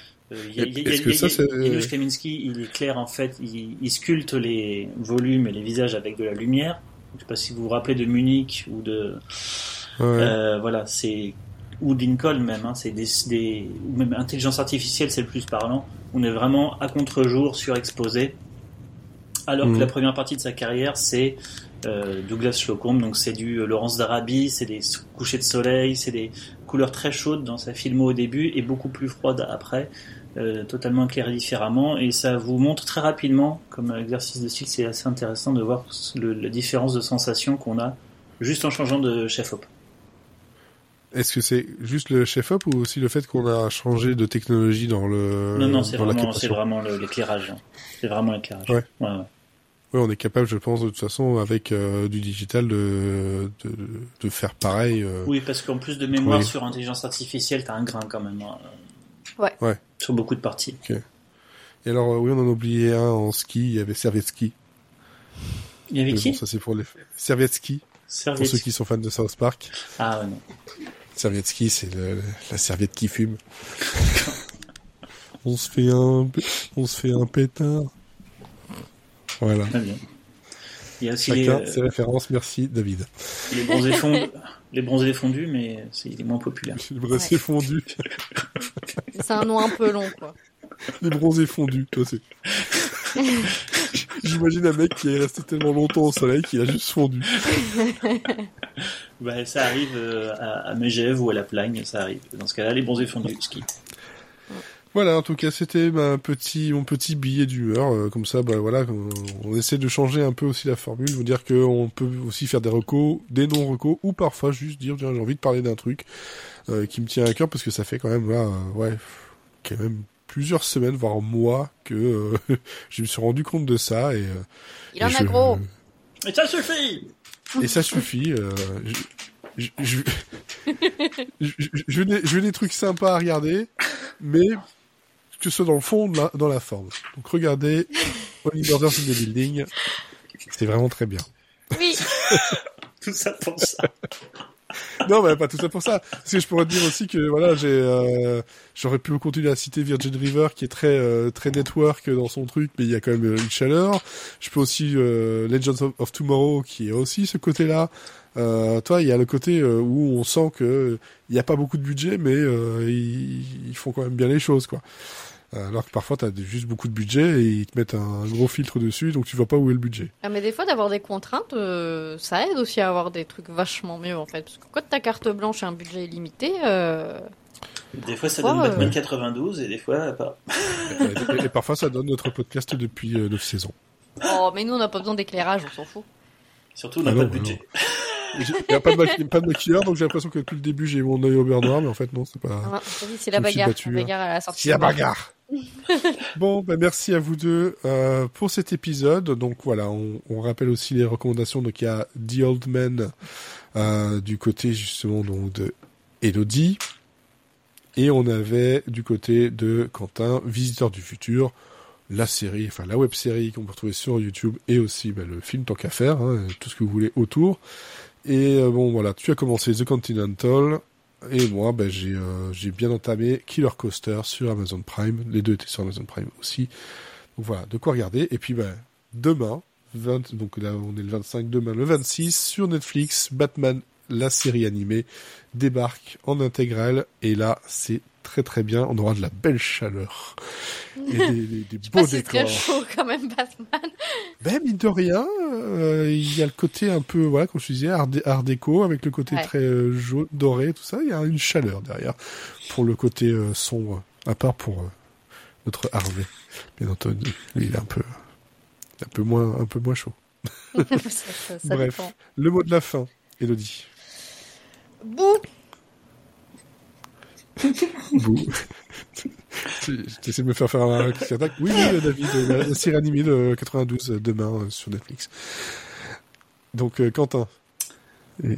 [SPEAKER 2] Janusz Kaminski, il est clair en fait, il sculpte les volumes et les visages avec de la lumière. Je sais pas si vous vous rappelez de Munich ou de voilà, c'est ou Lincoln même, hein, c'est ou même intelligence artificielle, c'est le plus parlant. On est vraiment à contre-jour, surexposé. Alors que la première partie de sa carrière, c'est Douglas Slocum, donc c'est du Laurence d'Arabie, c'est des couchers de soleil, c'est des couleurs très chaudes dans sa filmo au début et beaucoup plus froides après, totalement éclairées différemment, et ça vous montre très rapidement, comme exercice de style, c'est assez intéressant de voir la différence de sensation qu'on a juste en changeant de chef-op.
[SPEAKER 1] Est-ce que c'est juste le chef-op ou aussi le fait qu'on a changé de technologie dans le...
[SPEAKER 2] Non, c'est vraiment l'éclairage. C'est vraiment l'éclairage.
[SPEAKER 1] Ouais. Oui, on est capable, je pense, de toute façon, avec du digital, de faire pareil.
[SPEAKER 2] Oui, parce qu'en plus de mémoire sur intelligence artificielle, t'as un grain quand même.
[SPEAKER 3] Ouais.
[SPEAKER 2] Sur beaucoup de parties.
[SPEAKER 1] Okay. Et alors, oui, on en a oublié un en ski, il y avait Servietsky.
[SPEAKER 2] Il y avait qui ?
[SPEAKER 1] Bon, ça c'est pour les... Servietsky. Pour ceux qui sont fans de South Park.
[SPEAKER 2] Ah ouais, non.
[SPEAKER 1] Servietsky, c'est la serviette qui fume. On se fait un pétard. Voilà.
[SPEAKER 2] Très bien. Il y a aussi
[SPEAKER 1] chacun ses références, merci David.
[SPEAKER 2] Les bronzés fondus, mais il est moins populaire.
[SPEAKER 1] Les bronzés fondus.
[SPEAKER 3] C'est un nom un peu long, quoi.
[SPEAKER 1] Les bronzés fondus, toi c'est... J'imagine un mec qui est resté tellement longtemps au soleil qu'il a juste fondu.
[SPEAKER 2] Bah, ça arrive à Megève ou à La Plagne, ça arrive. Dans ce cas-là, les bronzés fondus, ski.
[SPEAKER 1] Voilà, en tout cas, c'était mon petit billet d'humeur. Comme ça, bah voilà, on essaie de changer un peu aussi la formule, vous dire qu'on peut aussi faire des recos, des non-recos, ou parfois juste dire, tiens, j'ai envie de parler d'un truc qui me tient à cœur, parce que ça fait quand même, là, quand même plusieurs semaines, voire mois, que je me suis rendu compte de ça. Et,
[SPEAKER 3] il en a gros.
[SPEAKER 2] Et ça suffit.
[SPEAKER 1] Et ça suffit. Je veux des trucs sympas à regarder, mais que ce soit dans le fond, dans la forme. Donc regardez Only Murders in the Building, c'est vraiment très bien.
[SPEAKER 3] Oui.
[SPEAKER 2] Tout ça pour ça.
[SPEAKER 1] Non, mais pas tout ça pour ça. Parce que je pourrais te dire aussi que voilà, j'aurais pu continuer à citer Virgin River, qui est très network dans son truc, mais il y a quand même une chaleur. Je peux aussi Legends of Tomorrow, qui est aussi ce côté-là. Toi, il y a le côté où on sent que il y a pas beaucoup de budget, mais ils font quand même bien les choses, quoi. Alors que parfois t'as juste beaucoup de budget et ils te mettent un gros filtre dessus, donc tu vois pas où est le budget.
[SPEAKER 3] Ah, mais des fois d'avoir des contraintes, ça aide aussi à avoir des trucs vachement mieux en fait, parce que quand ta carte blanche et un budget illimité.
[SPEAKER 2] Des fois ça donne Batman 92 et des fois pas.
[SPEAKER 1] Et parfois ça donne notre podcast depuis 9 saisons.
[SPEAKER 3] Oh, mais nous on n'a pas besoin d'éclairage, on s'en fout.
[SPEAKER 2] Surtout on n'a pas de budget.
[SPEAKER 1] Il n'y a pas de maquilleur, donc j'ai l'impression que depuis le début j'ai mon œil au beurre noir, mais en fait non, c'est pas.
[SPEAKER 3] Ah, c'est la bagarre. La bagarre à la sortie.
[SPEAKER 1] C'est la bagarre. Bon, merci à vous deux pour cet épisode. Donc voilà, on rappelle aussi les recommandations. Donc il y a The Old Man du côté justement donc de Elodie, et on avait du côté de Quentin Visiteur du futur, la série, enfin la web série qu'on peut retrouver sur YouTube, et aussi le film tant qu'à faire, hein, tout ce que vous voulez autour. Et bon voilà, tu as commencé The Continental. Et moi, j'ai bien entamé Killer Coaster sur Amazon Prime. Les deux étaient sur Amazon Prime aussi. Donc voilà, de quoi regarder. Et puis demain, donc là on est le 25, demain le 26, sur Netflix, Batman, la série animée, débarque en intégrale. Et là, c'est très très bien. On aura de la belle chaleur. Et des beaux décors.
[SPEAKER 3] C'est très chaud quand même, Batman.
[SPEAKER 1] Mine de rien, il y a le côté un peu, voilà, comme je disais, art déco, avec le côté très jaune, doré, tout ça. Il y a une chaleur derrière pour le côté sombre, à part pour notre Harvey. Bien entendu, il est un peu moins chaud.
[SPEAKER 3] ça
[SPEAKER 1] Bref,
[SPEAKER 3] dépend.
[SPEAKER 1] Le mot de la fin, Elodie.
[SPEAKER 3] Bouh.
[SPEAKER 1] Bouh. T'essaies de me faire un clic attaque. Oui, David, la série animée de 92 demain sur Netflix. Donc, Quentin. Bon,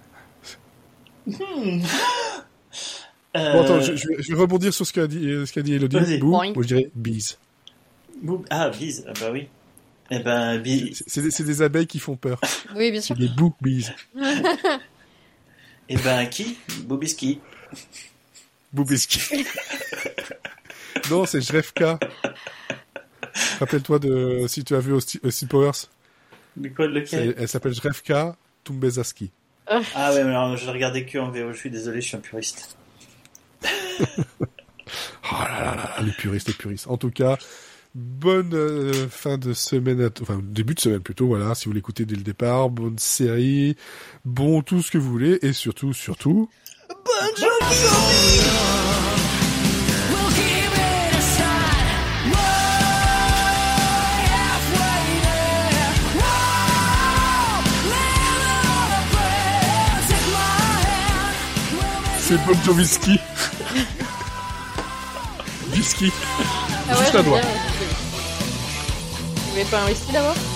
[SPEAKER 1] attends, je vais rebondir sur ce qu'a dit Elodie. Bouh, moi je dirais Bees.
[SPEAKER 2] Ah, Bees, bah oui. Eh ben, Bees.
[SPEAKER 1] C'est des abeilles qui font peur.
[SPEAKER 3] Oui, bien sûr.
[SPEAKER 1] C'est des Bees.
[SPEAKER 2] Eh ben, qui? Bobiski.
[SPEAKER 1] Boubiski. Non, c'est Jrevka. Rappelle-toi de si tu as vu Austin Powers.
[SPEAKER 2] De quoi, lequel?
[SPEAKER 1] Elle s'appelle Jrevka Tumbezaski.
[SPEAKER 2] Ah ouais, mais alors, je l'ai regardé que en VO. Je suis désolé, je suis un puriste.
[SPEAKER 1] Oh là là là, les puristes. En tout cas, bonne fin de semaine, enfin début de semaine plutôt, voilà, si vous l'écoutez dès le départ, bonne série, bon tout ce que vous voulez, et surtout,
[SPEAKER 3] Bonne journée.
[SPEAKER 1] c'est Bon Joviski. Whisky.
[SPEAKER 3] Ah ouais,
[SPEAKER 1] Juste à doigt.
[SPEAKER 3] Vous voulez pas un whisky d'abord?